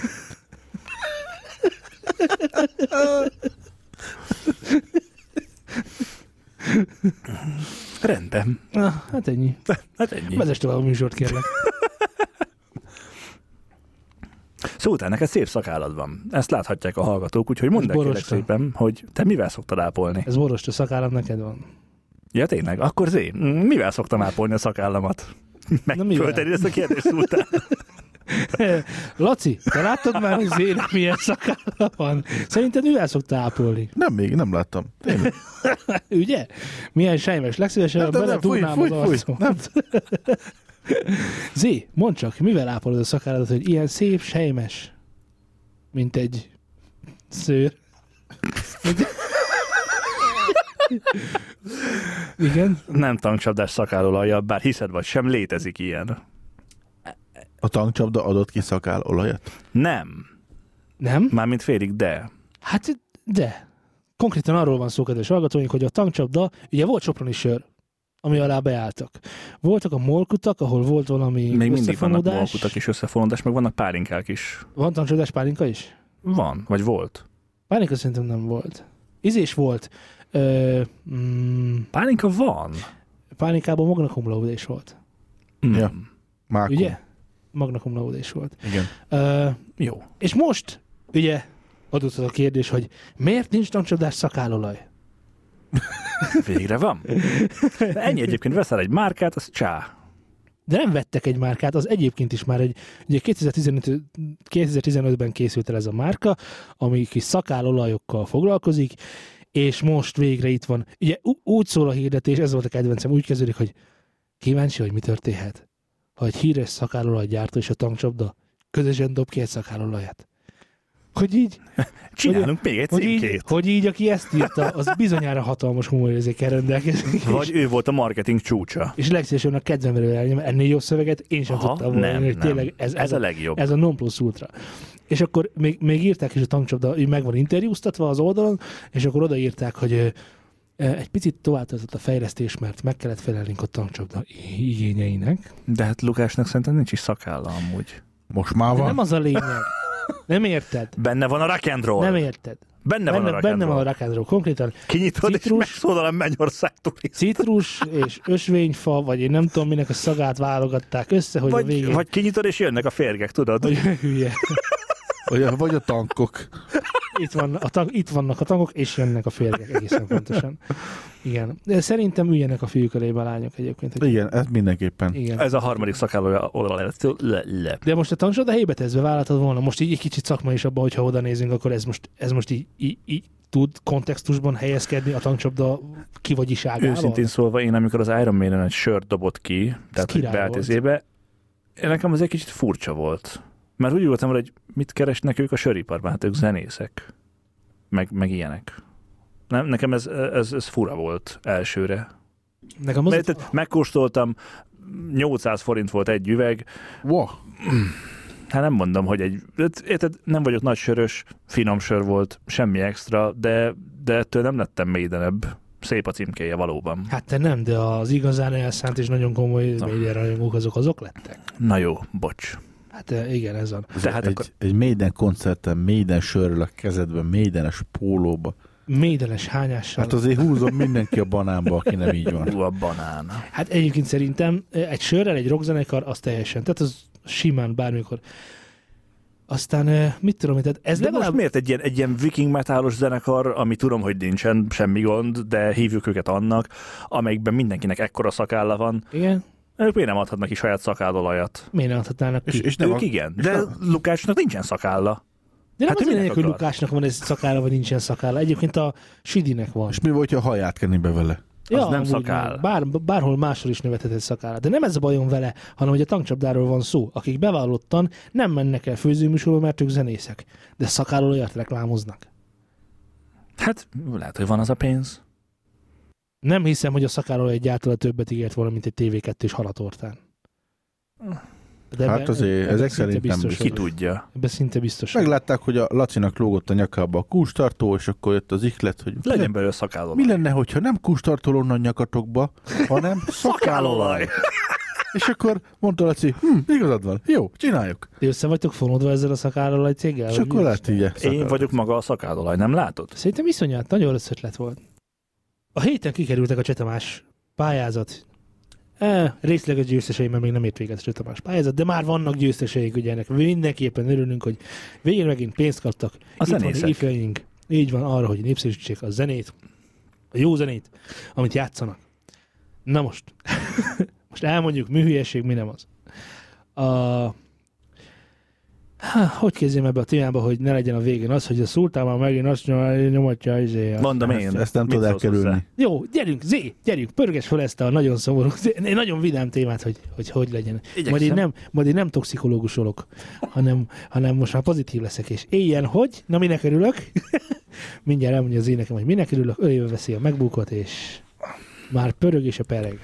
Rendben. Na, hát ennyi. Hát ennyi. Vezess tovább a műsort, kérlek. Szóval neked szép szakállad van. Ezt láthatják a hallgatók, úgyhogy mondd el kérlek szépen, hogy te mivel szoktad ápolni? Ez borosta szakállad neked van. Ja tényleg? Akkor Zé, mivel szoktam ápolni a szakállamat? Megfölteni ezt a kérdést után. Laci, te láttad már, hogy Zének milyen szakálla van? Szerinted mivel szokta ápolni? Nem, még nem láttam. Tényleg. Ugye? Milyen sejmes. Legszívesebben beletúrnám az arcomat. Zé, mondd csak, mivel ápolod a szakálladat, hogy ilyen szép, sejmes, mint egy szőr. Mint... Igen? Nem tankcsapdás szakállolajjal, bár hiszed vagy sem, létezik ilyen. A tankcsapda adott ki szakálolajat? Nem. Nem? Mármint félig, de. Hát, de. Konkrétan arról van szó, kedves hallgatóink, hogy a tankcsapda, ugye volt soproni sör, ami alá beálltak. Voltak a molkutak, ahol volt valami még mindig vannak összefonódás. molkutak és összefonódás, meg vannak pálinkák is. Van tankcsapdás pálinka is? Van, vagy volt. Pálinka szerintem nem volt. Ízés volt. Ö, mm, Pálinka van. pálinkában magna cum laude is volt. Mm. Ja. Mákum. Ugye? Magna cum laude is volt. Igen. Ö, Jó. és most, ugye, adott az a kérdés, hogy miért nincs tankcsapdás szakállolaj? Végre van. De ennyi egyébként, veszel egy márkát, az csá. De nem vettek egy márkát, az egyébként is már egy, ugye kétezer-tizenöt, kétezer-tizenötben készült el ez a márka, ami kis szakállolajokkal foglalkozik, és most végre itt van. Ugye úgy szól a hirdetés, ez volt a kedvencem, úgy kezdődik, hogy kíváncsi, hogy mi történhet, ha egy híres szakállolajgyártó és a tankcsapda közösen dob ki egy szakállolajat. Hogy így... Csinálunk hogy, még egy hogy címkét. így, hogy így, aki ezt írta, az bizonyára hatalmas humorérzékkel rendelkezik. Vagy ő volt a marketing csúcsa. És legszívesebben a kedvemről elnyom, ennél jó szöveget én sem Aha, tudtam volna, nem, hogy nem. tényleg ez, ez, Ez a legjobb. Ez a non plus ultra. És akkor még, még írták is a tankcsapda, így meg van interjúztatva az oldalon, és akkor odaírták, hogy ö, egy picit tovább tartott a fejlesztés, mert meg kellett felelnünk a tankcsapda igényeinek. De hát Lukásnak szerintem nincs is szakálla amúgy. Most már De van? nem az a lényeg. Nem érted? Benne van a rock and roll. Nem érted. Benne, Benne, van a rock benne and van a roll. rock and roll. Konkrétan Kinyitod citrus- és megszólal a Mennyország turist. citrus és ösvényfa, vagy én nem tudom minek a szagát válogatták össze, hogy a Vagy, végén... vagy kinyitod és jönnek a férgek, tudod? Hogy hülye. Vagy a, vagy a tankok. Itt, van a tag, itt vannak a tagok, és jönnek a férjek egészen pontosan. Igen. De szerintem üljenek a fiúk elébe a lányok egyébként. Hogy... Igen, ez mindenképpen. Igen. Ez a harmadik szakállója oda le, le. De most a tankcsoda helybe tezve vállaltad volna, most így egy kicsit szakma is abban, hogyha oda nézünk, akkor ez most, ez most így, így, így tud kontextusban helyezkedni a tankcsapda kivagyiságával? Őszintén szólva, én amikor az Iron Maiden egy sört dobott ki, tehát hogy beállt izébe, nekem az egy kicsit furcsa volt. Mert úgy voltam, hogy mit keresnek ők a söriparban, hát ők zenészek, meg, meg ilyenek. Nem, nekem ez, ez, ez fura volt elsőre. Nekem az Mert, a... megkóstoltam, nyolcszáz forint volt egy üveg. Wow. Hát nem mondom, hogy egy... Érted, nem vagyok nagy sörös, finom sör volt, semmi extra, de, de ettől nem lettem mélydenebb. Szép a címkéje valóban. Hát te nem, de az igazán elszánt és nagyon komoly média rajongók azok azok lettek. Na jó, bocs. Hát igen, ez van. Tehát egy, akkor... egy Maiden koncerten, Maiden sörrel a kezedben, Maidenes pólóba. Maidenes hányással. Hát azért húzom mindenki a banánba, aki nem így van. Hú, a banán. Hát egyébként szerintem egy sörrel, egy rockzenekar, az teljesen. Tehát az simán bármikor. Aztán mit tudom, tehát ez de legalább... most miért egy ilyen, egy ilyen viking metálos zenekar, ami tudom, hogy nincsen semmi gond, de hívjuk őket annak, amelyikben mindenkinek ekkora szakálla van. Igen. Ők miért nem adhatnak ki saját szakállolajat? Miért nem adhatnának ki? És, és nem ők a... igen, de Lukácsnak nincsen szakálla. De nem Hát hát az lényeg, hogy akar? Lukásnak van ez szakálla, vagy nincsen szakálla. Egyébként a Sidinek van. És mi volt, ha haját kenni be vele? Az nem amúgy szakáll. Bár, bárhol máshol is növethetett szakálla. De nem ez a bajom vele, hanem hogy a tankcsapdáról van szó, akik bevallottan nem mennek el főzőműsorba, mert ők zenészek. De szakállóját reklámoznak. Hát lehet, hogy van az a pénz. Nem hiszem, hogy a szakálló egy gyártóra többet ígért volna, mint egy té vé kettős halatortán. De Hát ebbe, azért ebbe ezek szinte szerint nem biztos Ki vagyok. tudja. Ebbe szinte biztos. vagyok. Meglátták, hogy a Lacinak lógott a nyakába a kústartó, és akkor jött az ihlet, hogy Legyen belőle szakálló. mi lenne, hogyha nem kústartó onnan nyakatokba, hanem szakállolaj. És akkor mondta Laci, hm, igazad van, jó, csináljuk. Ti össze vagytok fonódva ezzel a szakállóaj céggel? És vagy akkor mi? lehet így. Én vagyok maga a szakállolaj, nem látod? Szerintem iszonyat, nagyon rossz ötlet volt. A héten kikerültek a Csetamás pályázat. E, részleges győztesei, mert még nem ért véget a Csetamás pályázat, de már vannak győzteseik, ugye ennek mindenképpen örülünk, hogy végén megint pénzt kaptak. A Itt van zenészek. ifjaink. Így van arra, hogy népszerűsítsék a zenét, a jó zenét, amit játszanak. Na most. Most elmondjuk, mi hülyeség, mi nem az. A... Há, hogy kezdjem ebbe a témába, hogy ne legyen a végén az, hogy a szultán már megint azt nyomatja izé. Mondom én. Ezt, ezt nem Mit tudod szólsz elkerülni. hozzá? Jó, gyerünk, Zé, gyerünk, pörges fel ezt a nagyon szomorú, nagyon vidám témát, hogy hogy, hogy legyen. Igyekszem. Majd én, nem, majd én nem toxikológusolok, hanem, hanem most már pozitív leszek, és éljen, hogy? Na, minek örülök? Mindjárt elmondja az énekem, hogy minek örülök, ölébe veszi a megbukot, és már pörög és a pereg.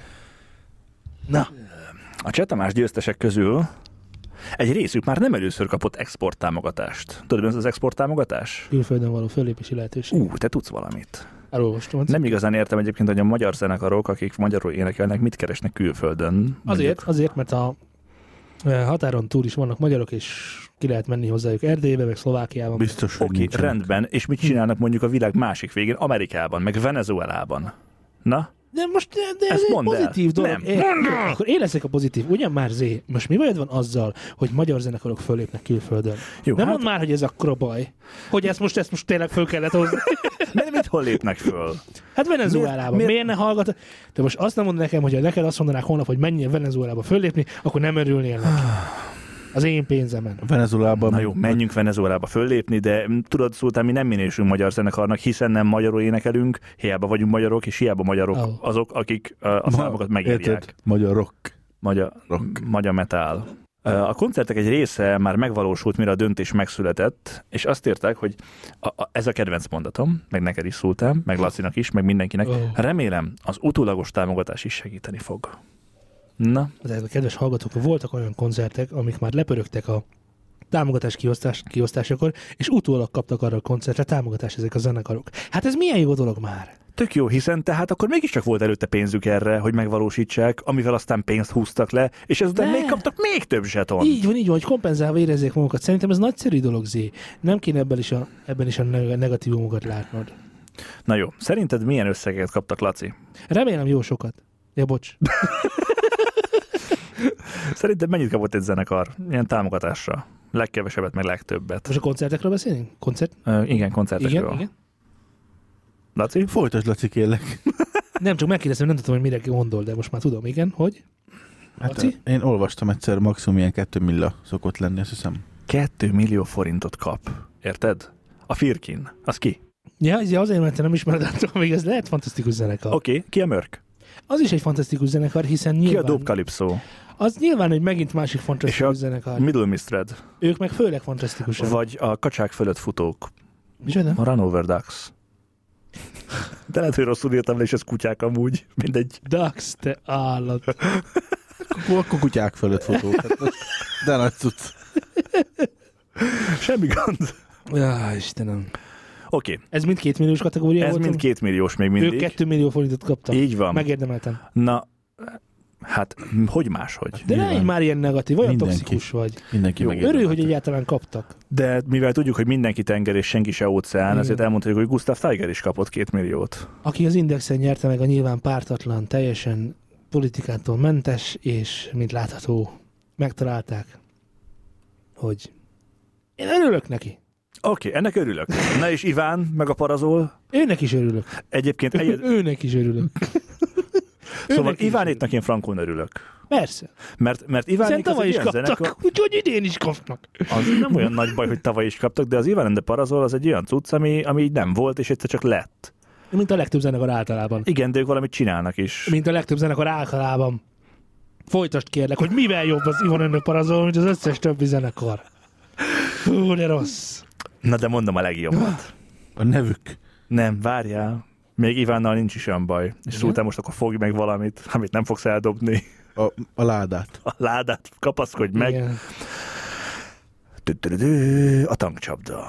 Na. A Csetamás győztesek közül egy részük már nem először kapott export támogatást. Tudod, mi az az export támogatás? Külföldön való fölépési lehetőség. Ú, te tudsz valamit. Elolvastam. Nem igazán értem egyébként, hogy a magyar zenekarok, akik magyarul énekelnek, mit keresnek külföldön. Azért, Mondjuk. azért, mert a e, határon túl is vannak magyarok, és ki lehet menni hozzájuk Erdélybe, meg Szlovákiában. Biztos, hogy Oké, nincsenek. rendben. És mit csinálnak mondjuk a világ másik végén, Amerikában, meg Venezuelában? Na? De most de, de ez Ezt egy mondd el. pozitív dolog. Nem. É, jó, akkor én leszek a pozitív. Ugyan már Zé, most mi bajod van azzal, hogy magyar zenekarok fölépnek külföldön? Jó, Nem hát, mondd már, hogy ez akkora baj, hogy ezt most, ezt most tényleg föl kellett hozni. de mit hol lépnek föl? Hát Venezuelában. Miért- Miért, miért ne hallgat? De most azt nem mondd nekem, hogy ha neked azt mondanák holnap, hogy menjél Venezuelába föllépni, akkor nem örülnél neki. Az én pénzemen. Venezuelában. Na jó, menjünk Venezuelába föllépni, de tudod, Szultán, mi nem minősülünk magyar zenekarnak, hiszen nem magyarul énekelünk, hiába vagyunk magyarok, és hiába magyarok Oh. azok, akik uh, a számokat megírják. Érted? Magyar rock. Magyar, Rock. magyar metal. Uh, A koncertek egy része már megvalósult, mire a döntés megszületett, és azt írták, hogy a, a, ez a kedvenc mondatom, meg neked is, Szultán, meg Lacinak is, meg mindenkinek. Oh. Remélem, az utólagos támogatás is segíteni fog. Na, Tehát a kedves hallgatók, voltak olyan koncertek, amik már lepörögtek a támogatás kiosztás, kiosztásakor, és utólag kaptak arra a koncertre támogatást ezek a zenekarok. Hát ez milyen jó dolog már? tök jó, hiszen tehát akkor mégiscsak volt előtte pénzük erre, hogy megvalósítsák, amivel aztán pénzt húztak le, és ezután De. még kaptak még több zseton. Így van, így van, hogy kompenzálva érezzék magukat. Szerintem ez nagyszerű dolog, Zé. Nem kéne ebben is a, ebben is a negatívumokat látnod. Na jó, szerinted milyen összeget kaptak, Laci? Remélem jó sokat. Ja, bocs. Szerintem mennyit kapott egy zenekar ilyen támogatásra? Legkevesebbet, meg legtöbbet. Most a koncertekről beszélünk? Koncert? Uh, igen, koncertekről. Igen, igen. Laci? Folytasd, Laci, kérlek. Nem, csak megkérdeztem, nem tudom, hogy mire gondol, de most már tudom, igen, hogy? Hát, én olvastam egyszer, maximum ilyen kettő milla szokott lenni, azt hiszem. Kettő millió forintot kap. Érted? A Firkin. Az ki? Ja, azért, mert te nem ismered, attól még ez lehet fantasztikus zenekar. Oké, okay. Ki a Mörk? Az is egy fantasztikus zenekar, hiszen nyilván... Ki a Dope Calypso? Az nyilván egy megint másik fantasztikus zenekar. Middle Mistred? Ők meg főleg fantasztikusak. Vagy a kacsák fölött futók. Micsoda? A Run Over Ducks. De lehet, hogy rosszul írtam le, és ez kutyák amúgy. Mindegy. Ducks, te állat. Akkor kutyák fölött futók. De nagy cucc. Semmi gond. Ja, Istenem. Oké. Okay. Ez mind két milliós kategória Ez volt? mind két milliós még mindig. Ők kettő millió forintot kaptak. Így van. Megérdemeltem. Na, hát hogy máshogy? De ne már ilyen negatív, olyan Mindenki. toxikus vagy. Mindenki Jó, örülj, hogy egyáltalán kaptak. De mivel tudjuk, hogy mindenki tenger és senki se óceán, Igen. ezért elmondhatjuk, hogy Gustav Tiger is kapott két milliót. Aki az Indexen nyerte meg a nyilván pártatlan, teljesen politikától mentes, és mint látható, megtalálták, hogy én örülök neki. Oké, okay, ennek örülök. Na és Iván, meg a Parazol? Őnek is örülök. Egyébként... Egy... Őnek is örülök. Szóval Ivánétnak én frankon örülök. Persze. Mert, mert Ivánék az tavaly egy is olyan kaptak, zenekar... úgyhogy idén is kapnak. Az nem olyan nagy baj, hogy tavaly is kaptak, de az Iván and the Parazol az egy olyan cucc, ami, ami így nem volt, és egyszer csak lett. Mint a legtöbb zenekar általában. Igen, de ők valamit csinálnak is. Mint a legtöbb zenekar általában. Folytasd kérlek, hogy mivel jobb az Iván and the Parazol, mint az összes többi zenekar. Hú, de rossz. Na de mondom a legjobbat. A nevük. Nem, várjál. Még Ivánnal nincs is olyan baj. És szóltál most akkor fogj meg valamit, amit nem fogsz eldobni. A, a ládát. A ládát, kapaszkodj meg. Igen. A tankcsapda.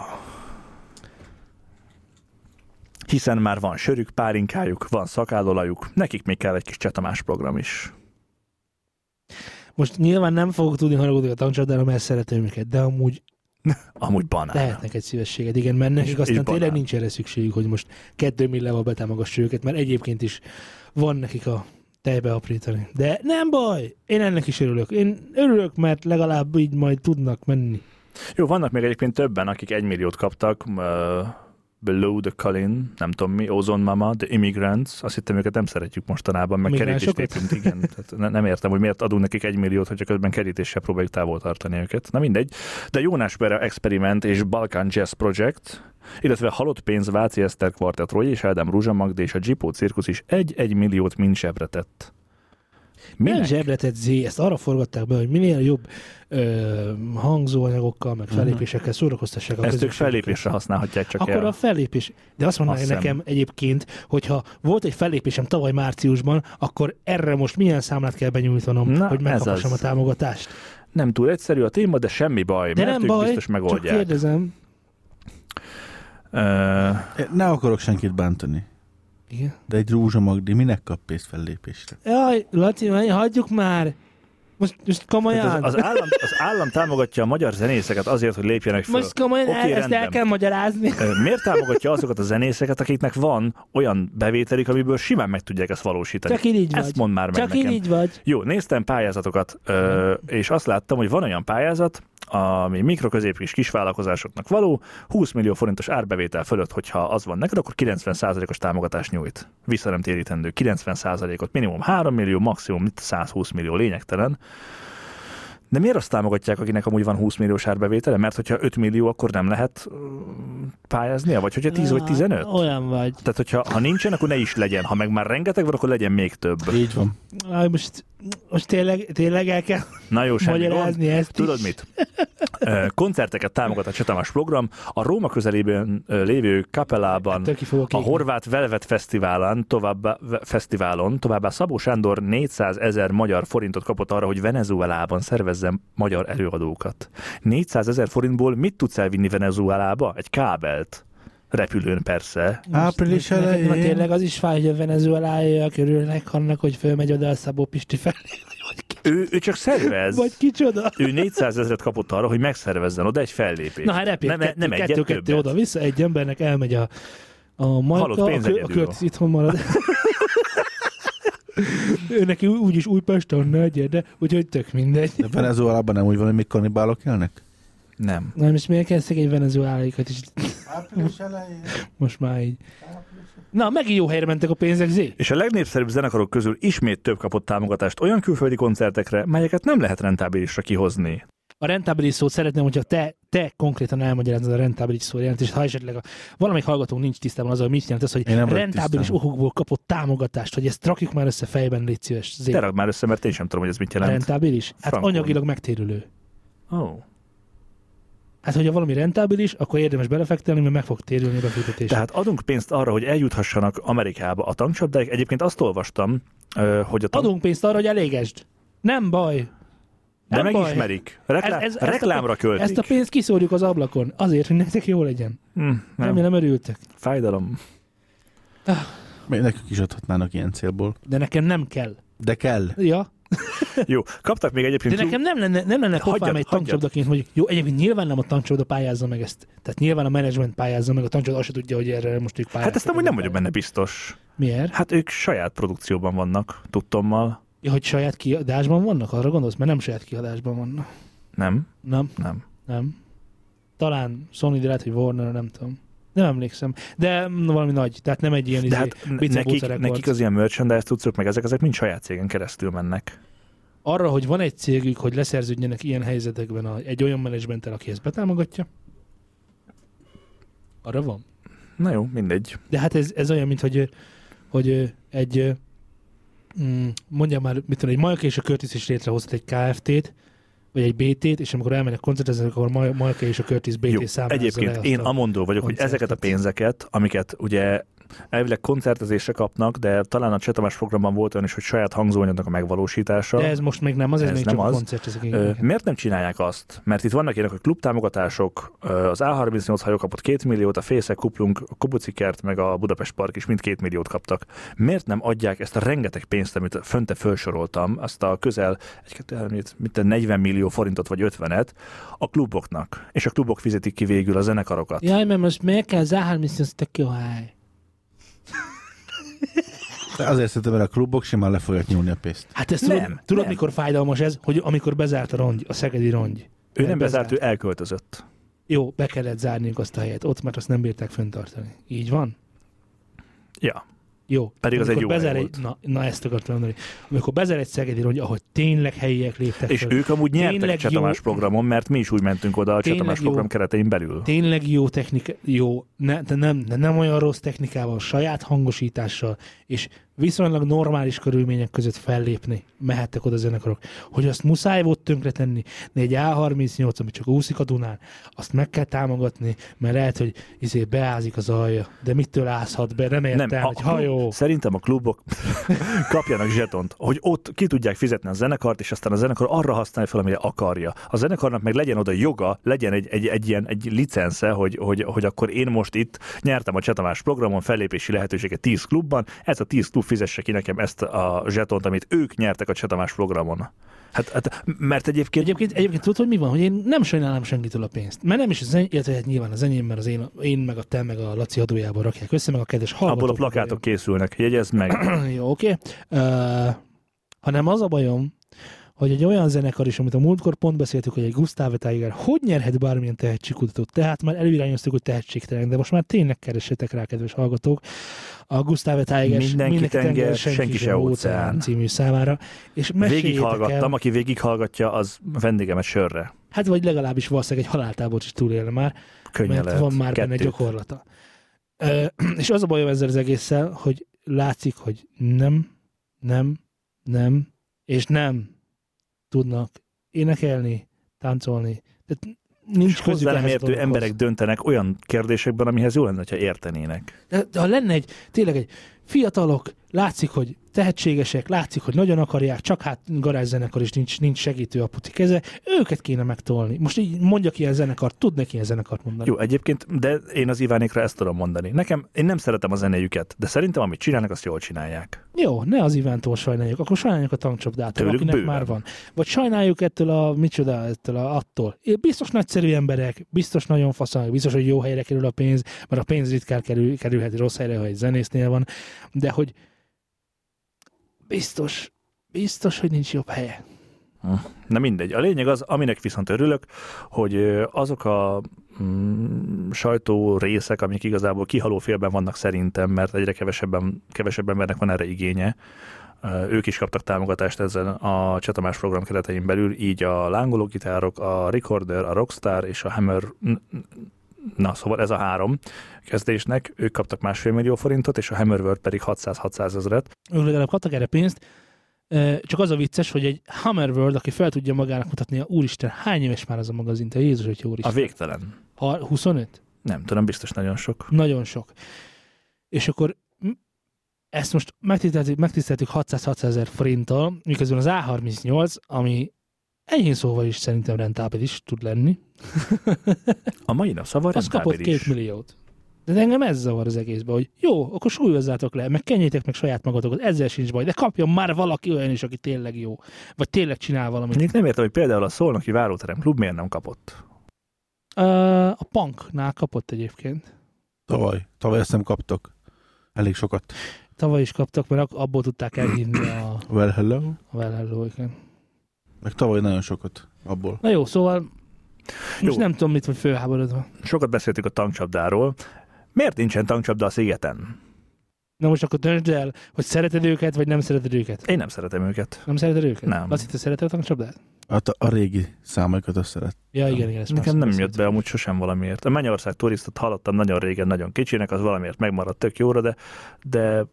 Hiszen már van sörük, pálinkájuk, van szakállolajuk, nekik még kell egy kis csetamás program is. Most nyilván nem fogok tudni haragudni a tankcsapdára, mert szeretem őket, de amúgy Amúgy banán. lehetnek egy szívességet. Igen, mert nekik aztán tényleg banán. nincs erre szükségük, hogy most kettő millával betámogassa őket, mert egyébként is van nekik a tejbe aprítani. De nem baj, én ennek is örülök. Én örülök, mert legalább így majd tudnak menni. Jó, vannak még egyébként többen, akik egy milliót kaptak. Uh, Below the Colin, nem tudom mi, Ozone Mama, The Immigrants, azt hittem őket nem szeretjük mostanában, meg kerítést épünk, igen. Tehát ne, nem értem, hogy miért adunk nekik egy milliót, hogyha közben kerítéssel próbáljuk távol tartani őket. Na mindegy. De Jónás Pere Experiment és Balkan Jazz Project, illetve Halott Pénz, Váci Eszter Kvartett, Roy és Ádám Ruzsa Magda és a Gipó Cirkusz is egy-egy milliót mind zsebre tett. Milyen zsebretett Z, ezt arra forgatták be, hogy minél jobb ö, hangzóanyagokkal, meg fellépésekkel szórakoztassák a Ezt ők fellépésre használhatják csak Akkor el. a fellépés, de azt mondanák nekem szem. Egyébként, hogyha volt egy fellépésem tavaly márciusban, akkor erre most milyen számlát kell benyújtanom, Na, hogy megkaphassam a támogatást. Nem túl egyszerű a téma, de semmi baj, de mert nem ők baj, biztos megoldják. csak kérdezem. Uh, Ne akarok senkit bántani. Igen. De egy Rózsa Magdi minek kap pénzt fellépésre? Jaj, Laci, hagyjuk már! Most, most komolyan. Az, az, állam, az állam támogatja a magyar zenészeket azért, hogy lépjenek föl. Most komolyan, Oké, el, ezt rendben. el kell magyarázni. Miért támogatja azokat a zenészeket, akiknek van olyan bevételik, amiből simán meg tudják ezt valósítani? Csak így Ezt vagy. mondd már meg Csak nekem. így vagy. Jó, néztem pályázatokat, ö, és azt láttam, hogy van olyan pályázat, ami mikroközép és kisvállalkozásoknak való, húsz millió forintos árbevétel fölött, hogyha az van neked, akkor kilencven százalékos támogatást nyújt. Vissza nem térítendő. kilencven százalékot, minimum három millió, maximum százhúsz millió, lényegtelen. De miért azt támogatják, akinek amúgy van húsz milliós árbevétele? Mert hogyha öt millió, akkor nem lehet pályáznia? Vagy hogyha tíz vagy tizenöt? Olyan vagy. Tehát, hogyha ha nincsen, akkor ne is legyen. Ha meg már rengeteg van, akkor legyen még több. Így van. Aj, most, most tényleg, tényleg el kell Na jó, semmi magyarázni gond. ezt Tudod is. mit? Koncerteket támogat a Csetamás program. A Róma közelében lévő Kapellában, a Horváth Velvet Fesztiválon, továbbá, fesztiválon, továbbá Szabó Sándor négyszázezer magyar forintot kapott arra, hogy Venezuelában szervezzen magyar előadókat. négyszázezer forintból mit tudsz elvinni Venezuelába? Egy kábelt. Repülőn persze. Április elején. Ma tényleg az is fáj, hogy a Venezuelájaiak örülnek annak, hogy fölmegy oda a Szabó Pisti felé. Ő, ő csak szervez. Vagy kicsoda. Ő négyszázezret kapott arra, hogy megszervezzen oda egy fellépést. Na hát repjék, nem, nem egyet, kettő-kettő oda-vissza, egy embernek elmegy a, a Majka, a, kö, a Curtis itthon marad. Ő neki úgyis Újpest onnan de úgyhogy tök mindegy. De Venezuelában nem úgy van, hogy még kannibálok élnek? Nem. Nem, és miért kell szegény venezueláikat is? Április elején. Most már így. Na, megint jó helyre mentek a pénzek, Zé. És a legnépszerűbb zenekarok közül ismét több kapott támogatást olyan külföldi koncertekre, melyeket nem lehet rentábilisra kihozni. A rentábilis szót szeretném, hogyha te, te konkrétan elmagyarázod a rentábilis szó jelentést, ha esetleg a, valamelyik hallgatónk nincs tisztában azzal, hogy mit jelent az, hogy rentábilis okokból kapott támogatást, hogy ezt rakjuk már össze fejben, légy szíves. Te rakd már össze, mert én sem tudom, hogy ez mit jelent. Rentábilis? Hát Frankon. anyagilag megtérülő. Ó. Oh. Hát, hogyha valami rentábilis, akkor érdemes belefektelni, mert meg fog térülni a befektetés. Tehát adunk pénzt arra, hogy eljuthassanak Amerikába a tankcsapdáik. Egyébként azt olvastam, hogy a tank... Adunk pénzt arra, hogy elégesd. Nem baj. De Nem megismerik. Reklá... Ez, ez, reklámra ezt a, költik. Ezt a pénzt kiszórjuk az ablakon. Azért, hogy nektek jó legyen. Hm, nem. Remélem örültek. Fájdalom. Ah. Még nekük is adhatnának ilyen célból. De nekem nem kell. De kell. Ja. Jó, kaptak még egyébként... De nekem nem lenne, nem lenne pofám egy tankcsapdaként, hogy jó, egyébként nyilván nem a tankcsapda pályázza meg ezt. Tehát nyilván a menedzsment pályázza meg, a tankcsapda azt se tudja, hogy erre most ők pályáznak. Hát ezt amúgy nem vagyok benne biztos. Miért? Hát ők saját produkcióban vannak, tudtommal. Ja, hogy saját kiadásban vannak? Arra gondolsz? Mert nem saját kiadásban vannak. Nem? Nem? Nem. Nem. Talán Sony, de lehet, hogy Warner, nem tudom. Nem emlékszem. De valami nagy, tehát nem egy ilyen De izé, hát nekik, nekik az ilyen merchandise tudszok, meg ezek, ezek mind saját cégen keresztül mennek. Arra, hogy van egy cégük, hogy leszerződjenek ilyen helyzetekben a, egy olyan menedzsmenttel, aki ezt betámogatja, arra van. Na jó, mindegy. De hát ez, ez olyan, mint hogy, hogy egy, mondjam már, mit tudom, egy Majka és a Curtis is létrehozhat egy ká ef té-t, vagy egy bé té-t, és amikor elmennek koncertezni, akkor Majka és a Curtis bé té Jó, számlázza egyébként én amondó vagyok, hogy ezeket a pénzeket, amiket ugye elvileg koncertezésre kapnak, de talán a Cseh Tamás programban volt olyan is, hogy saját hangzóanyagnak a megvalósítása. De ez most még nem, az ez még nem csak az. a koncertezik. Ö, miért nem csinálják azt? Mert itt vannak ilyenek, hogy klubtámogatások, az á harmincnyolc hajó kapott két milliót, a Fészek, Kuplunk, a Kubucikert, meg a Budapest Park is mind két milliót kaptak. Miért nem adják ezt a rengeteg pénzt, amit fönte felsoroltam, azt a közel egy negyven millió forintot vagy ötvenet a kluboknak, és a klubok fizetik ki végül a zenekarokat. Jaj, mert most miért kell az á harmincnyolc tök jó hely? De azért szerintem, mert a klubok simán le fogják nyúlni a pénzt. Hát ezt nem, tudod, tudod nem. mikor fájdalmas ez? Hogy amikor bezárt a rongy, a szegedi rongy. Ő nem bezárt, ő elköltözött. Jó, be kellett zárniuk azt a helyet. Ott, mert azt nem bírták fenntartani. Így van? Ja. Jó. Pedig az egy jó bezár hely egy, na, na, ezt akartam mondani. Amikor bezár egy szegedi rongy, ahogy tényleg helyiek léptek És fel, ők amúgy nyertek tényleg a Cseh Tamás jó- programon, mert mi is úgy mentünk oda a Cseh Tényleg Tamás jó- program keretein belül. tényleg jó technika, jó, ne, de nem, de nem olyan rossz technikával, saját hangosítással, és viszonylag normális körülmények között fellépni, mehettek oda zenekarok. Hogy azt muszáj volt tönkretenni, de egy á harmincnyolc, ami csak úszik a Dunán, azt meg kell támogatni, mert lehet, hogy izé beázik az alja, de mitől ázhat be, nem értem, Nem, hogy a, hajó. szerintem a klubok kapjanak zsetont, hogy ott ki tudják fizetni a zenekart, és aztán a zenekar arra használja fel, amire akarja. A zenekarnak meg legyen oda joga, legyen egy, egy, egy ilyen egy licensze, hogy, hogy, hogy akkor én most itt nyertem a Cseh Tamás programon fellépési lehetőséget tíz klubban, ez a tíz klub fizesse ki nekem ezt a zsetont, amit ők nyertek a Cseh Tamás programon. Hát, hát mert egyébként... Egyébként, egyébként tudod, hogy mi van? Hogy én nem sajnálom senkitől a pénzt. Mert nem is az enyém, illetve hát nyilván az enyém, mert az én, én meg a te, meg a Laci adójából rakják össze, meg a kedves hallgatók. Abból a plakátok készülnek, jegyezd meg. Jó, oké. Okay. Uh, hanem az a bajom, hogy egy olyan zenekar is, amit a múltkor pont beszéltük, hogy egy Gustave Tiger hogy nyerhet bármilyen tehetségkutatót, tehát már előirányoztuk, hogy tehetségtelen, de most már tényleg keressetek rá, kedves hallgatók, a Gustave Tiger Mindenki mindenki tenger, tenger, senki senki se se óceán óceán című számára, és Végighallgattam, el, aki végighallgatja, az vendégemet sörre. hát vagy legalábbis valószínűleg egy haláltábort is túlélne már, Könnyen mert lehet. van már benne Kettőt. gyakorlata. Uh, és az a bajom ezzel az egésszel, hogy látszik, hogy nem, nem, nem, és nem tudnak énekelni, táncolni. Tehát nincs És közük hozzá nem ehhez a értő dologhoz. emberek döntenek olyan kérdésekben, amihez jó lenne, ha értenének. De, de ha lenne egy, tényleg egy fiatalok, látszik, hogy tehetségesek, látszik, hogy nagyon akarják, csak hát garázszenekar is nincs, nincs segítő aputi keze, őket kéne megtolni. Most így mondjak ilyen zenekart, tudnék ilyen zenekart mondani. Jó, egyébként, de én az Ivánékra ezt tudom mondani. Nekem, én nem szeretem a zenéjüket, de szerintem, amit csinálnak, azt jól csinálják. Jó, ne az Ivántól sajnáljuk, akkor sajnáljuk a tankcsapdától, Tőlük akinek bőven. már van. Vagy sajnáljuk ettől a, micsoda, ettől a, attól. Biztos nagyszerű emberek, biztos nagyon faszak, biztos, hogy jó helyre kerül a pénz, mert a pénz ritkán kerül, kerülhet rossz helyre, ha egy zenésznél van, de hogy biztos, biztos, hogy nincs jobb helye. Na mindegy. A lényeg az, aminek viszont örülök, hogy azok a mm, sajtó részek, amik igazából kihaló félben vannak szerintem, mert egyre kevesebben, kevesebb embernek van erre igénye, ők is kaptak támogatást ezen a Csatamás program keretein belül, így a lángoló gitárok, a Recorder, a Rockstar és a Hammer, na szóval ez a három kezdésnek, ők kaptak másfél millió forintot, és a Hammerworld pedig hatszáz-hatszáz ezret. Ők legalább kaptak erre pénzt, csak az a vicces, hogy egy Hammerworld, aki fel tudja magának mutatni, a úristen, hány éves már az a magazin, te Jézus, hogy jó is. A végtelen. Ha, huszonöt? Nem tudom, biztos nagyon sok. Nagyon sok. És akkor ezt most megtiszteltük, megtiszteltük hatszáz-hatszáz ezer forinttal, miközben az á harmincnyolc, ami enyhén szóval is szerintem rentábilis tud lenni. A mai nap szava az kapott két milliót. De engem ez zavar az egészben, hogy jó, akkor súlyozzátok le, meg kenjétek meg saját magatokat, ezzel sincs baj, de kapjon már valaki olyan is, aki tényleg jó. Vagy tényleg csinál valamit. Én nem értem, hogy például a Szolnoki Váróterem Klub miért nem kapott. Uh, a Punknál kapott egyébként. Tavaly. Tavaly ezt nem kaptak. Elég sokat. Tavaly is kaptak, mert abból tudták elhívni a... Well, hello. A well, hello, igen. Meg tavaly nagyon sokat abból. Na jó, szóval most jó. Nem tudom, mit vagy fölháborodva. Sokat beszéltük a tankcsapdáról. Miért nincsen tankcsapda a szigeten? Na most akkor döntsd el, hogy szereted őket, vagy nem szereted őket. Én nem szeretem őket. Nem szereted őket? Nem. Azt hittem, szereted a tankcsapdát? A, a régi számaikat azt szeret. Ja, igen, igen. Ezt Nekem nem jött be amúgy sosem valamiért. A Mennyország turistot hallottam nagyon régen, nagyon kicsinek, az valamiért megmaradt tök jóra, de... de...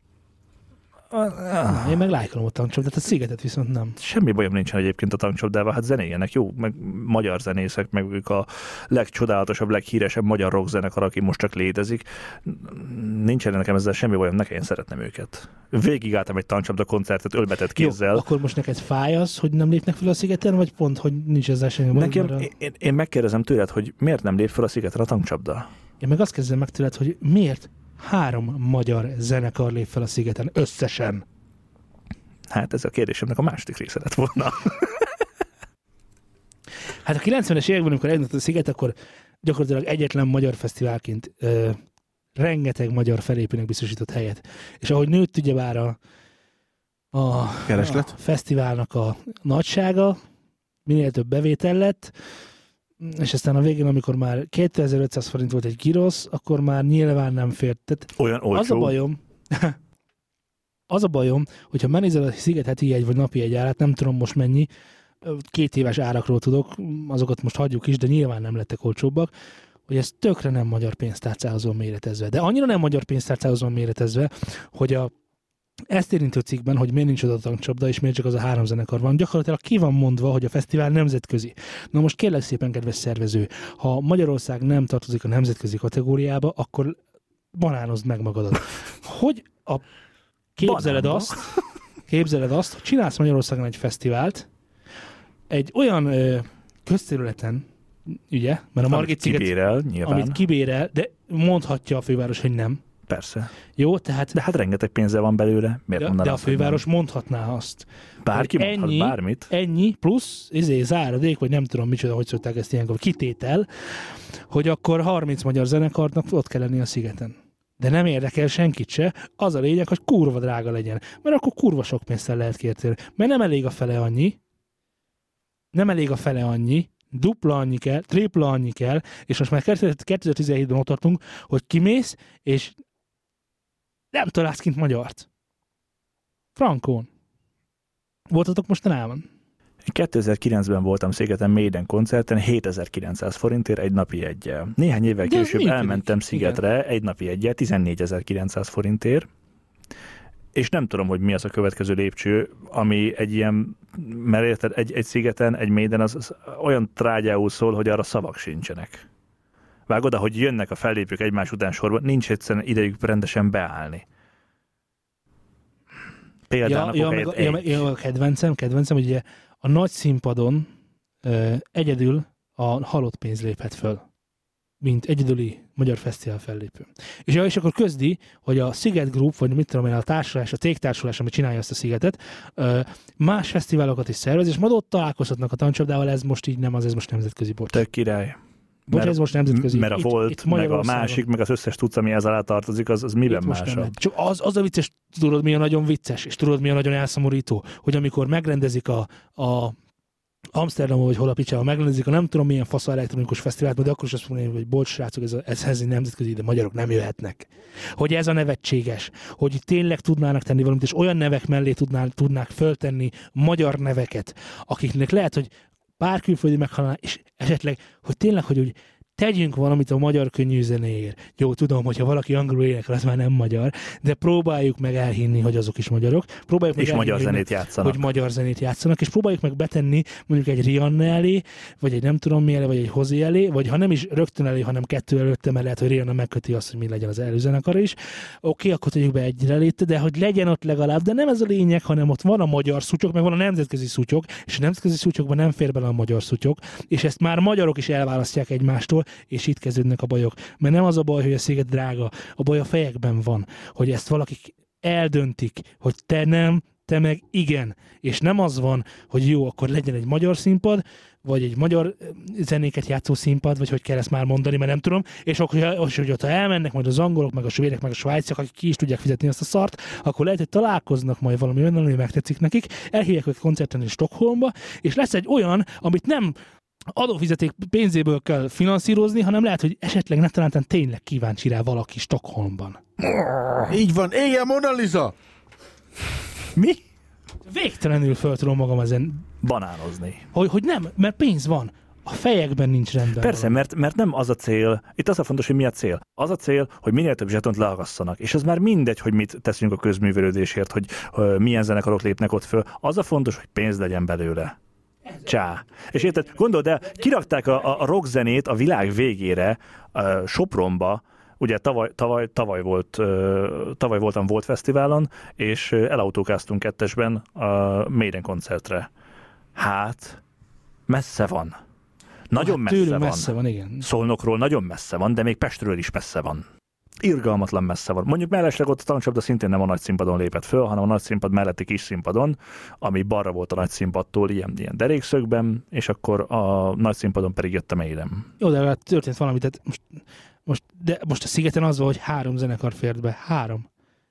Na, én meg lájkolom a tankcsapdát, a szigetet viszont nem. Semmi bajom nincsen egyébként a tankcsapdával, hát zenéjenek jó, meg magyar zenészek, meg ők a legcsodálatosabb, leghíresebb magyar rockzenekar, aki most csak létezik. Nincsen nekem ezzel semmi bajom, nekem én szeretném őket. Végigálltam egy tankcsapda koncertet ölbetett kézzel. Jó, akkor most neked fáj az, hogy nem lépnek fel a szigeten, vagy pont, hogy nincs ezzel semmi baj? Nekem, a... én, én megkérdezem tőled, hogy miért nem lép fel a szigetre a tankcsapda? Én meg azt kezdem meg tőled, hogy miért három magyar zenekar lép fel a szigeten összesen? Hát ez a kérdésemnek a második része lett volna. Hát a kilencvenes években, amikor elindult a sziget, akkor gyakorlatilag egyetlen magyar fesztiválként ö, rengeteg magyar felépőnek biztosított helyet. És ahogy nőtt ugyebár a, a, Kereslet? a fesztiválnak a nagysága, minél több bevétel lett, és aztán a végén, amikor már kétezer-ötszáz forint volt egy girosz, akkor már nyilván nem fért. Tehát olyan olcsó. az a bajom, az a bajom, hogyha megnézel a sziget heti egy vagy napi egy árát, nem tudom most mennyi, két éves árakról tudok, azokat most hagyjuk is, de nyilván nem lettek olcsóbbak, hogy ez tökre nem magyar pénztárcához van méretezve. De annyira nem magyar pénztárcához van méretezve, hogy a ezt érintő cikkben, hogy miért nincs oda a tankcsapda, és miért csak az a három zenekar van, gyakorlatilag ki van mondva, hogy a fesztivál nemzetközi. Na most kérlek szépen, kedves szervező, ha Magyarország nem tartozik a nemzetközi kategóriába, akkor banánozd meg magadat. Hogy a képzeled Banánba. azt, képzeled azt, hogy csinálsz Magyarországon egy fesztivált, egy olyan ö, közterületen, ugye, mert a Margit sziget, kibérel, nyilván. amit kibérel, de mondhatja a főváros, hogy nem. Persze. Jó, tehát... De hát rengeteg pénze van belőle. Miért De, mondanám, de a főváros hogy mondhatná azt. nem? Bárki hogy mondhat ennyi, bármit. Ennyi plusz, izé, záradék, vagy nem tudom micsoda, hogy szokták ezt ilyenkor, kitétel, hogy akkor harminc magyar zenekarnak ott kell lenni a szigeten. De nem érdekel senkit se, az a lényeg, hogy kurva drága legyen. Mert akkor kurva sok pénzt el lehet kérteni. Mert nem elég a fele annyi, nem elég a fele annyi, dupla annyi kell, tripla annyi kell, és most már kétezer-tizenhétben ott tartunk, hogy kimész, és nem találsz kint magyart. Frankón. Voltatok mostanában? kétezer-kilencben voltam Szigeten Maiden koncerten hétezer-kilencszáz forintért egy napi eggyel. Néhány évvel De ez később működik. elmentem Szigetre igen. egy napi eggyel tizennégyezer-kilencszáz forintért, és nem tudom, hogy mi az a következő lépcső, ami egy ilyen, mert érted, egy, egy Szigeten, egy Maiden az, az olyan trágyául szól, hogy arra szavak sincsenek. Vágod, ahogy jönnek a fellépők egymás után sorban, nincs egyszerűen idejük rendesen beállni. Például ja, ja, ja, ja, a kedvencem, kedvencem, hogy ugye a nagy színpadon ö, egyedül a halott pénz léphet föl, mint egyedüli magyar fesztivál fellépő. És, ja, és akkor közdi, hogy a Sziget Group, vagy mit tudom én, a társulás, a cégtársulás, ami csinálja ezt a szigetet, ö, más fesztiválokat is szervez, és majd ott találkozhatnak a tankcsapdával, ez most így nem az, ez most nemzetközi bocs. Tök király. Bocs, ez most nemzetközi. Mert a itt, volt, itt meg a másik, meg az összes tudsz, ami ez alá tartozik, az, az miben másabb? Csak az, az a vicces, tudod mi a nagyon vicces, és tudod mi a nagyon elszomorító, hogy amikor megrendezik a, a Amsterdamban, vagy hol a picsába megrendezik a nem tudom milyen fasz elektronikus fesztivált, de akkor is azt mondom, hogy bocs, srácok, ez, a, ez, ez egy nemzetközi, de magyarok nem jöhetnek. Hogy ez a nevetséges, hogy tényleg tudnának tenni valamit, és olyan nevek mellé tudnál, tudnák föltenni magyar neveket, akiknek lehet, hogy pár külföldi meghalál, és esetleg, hogy tényleg, hogy úgy tegyünk valamit a magyar könnyű zenéért. Jó, tudom, hogyha valaki angolul énekel, az már nem magyar, de próbáljuk meg elhinni, hogy azok is magyarok. Próbáljuk meg és elhinni, magyar zenét hogy, játszanak. hogy magyar zenét játszanak, és próbáljuk meg betenni mondjuk egy Rihanna elé, vagy egy nem tudom mi elé, vagy egy Hozi elé, vagy ha nem is rögtön elé, hanem kettő előtte, mert lehet, hogy Rihanna megköti azt, hogy mi legyen az előzenekar is. Oké, akkor tegyük be egyre létre, de hogy legyen ott legalább, de nem ez a lényeg, hanem ott van a magyar szutyok, meg van a nemzetközi szutyok, és a nemzetközi szutyokban nem fér bele a magyar szutyok, és ezt már magyarok is elválasztják egymástól, és itt kezdődnek a bajok. Mert nem az a baj, hogy a sziget drága, a baj a fejekben van, hogy ezt valakik eldöntik, hogy te nem, te meg igen. És nem az van, hogy jó, akkor legyen egy magyar színpad, vagy egy magyar zenéket játszó színpad, vagy hogy kell ezt már mondani, mert nem tudom, és akkor, hogy ott elmennek majd az angolok, meg a svédek, meg a svájciak, akik ki is tudják fizetni azt a szart, akkor lehet, hogy találkoznak majd valami olyan, ami megtetszik nekik, elhívják őket koncerten is Stockholmba, és lesz egy olyan, amit nem adófizeték pénzéből kell finanszírozni, hanem lehet, hogy esetleg netalántán tényleg kíváncsi rá valaki Stockholmban. Így van, éljen Mona Lisa! Mi? Végtelenül föl tudom magam ezen. Banánozni. Hogy, hogy nem, mert pénz van. A fejekben nincs rendben. Persze, mert, mert nem az a cél, itt az a fontos, hogy mi a cél. Az a cél, hogy minél több zsetont leagasszanak. És az már mindegy, hogy mit teszünk a közművelődésért, hogy uh, milyen zenekarok lépnek ott föl. Az a fontos, hogy pénz legyen belőle. Csá. És érted, gondold el, kirakták a, a rock zenét a világ végére uh, Sopronba, ugye tavaly, tavaly, tavaly, volt, uh, tavaly voltam Volt Fesztiválon, és uh, elautókáztunk kettesben a Maiden koncertre. Hát, messze van. Nagyon hát, messze van. messze van, igen. Szolnokról nagyon messze van, de még Pestről is messze van. Irgalmatlan messze van. Mondjuk mellesleg ott a Tankcsapda szintén nem a nagy színpadon lépett föl, hanem a nagy színpad melletti kis színpadon, ami balra volt a nagy színpadtól, ilyen, ilyen derékszögben, és akkor a nagy színpadon pedig jött a Maiden. Jó, de hát történt valami, tehát most, most, de most a szigeten az van, hogy három zenekar fért be. Három.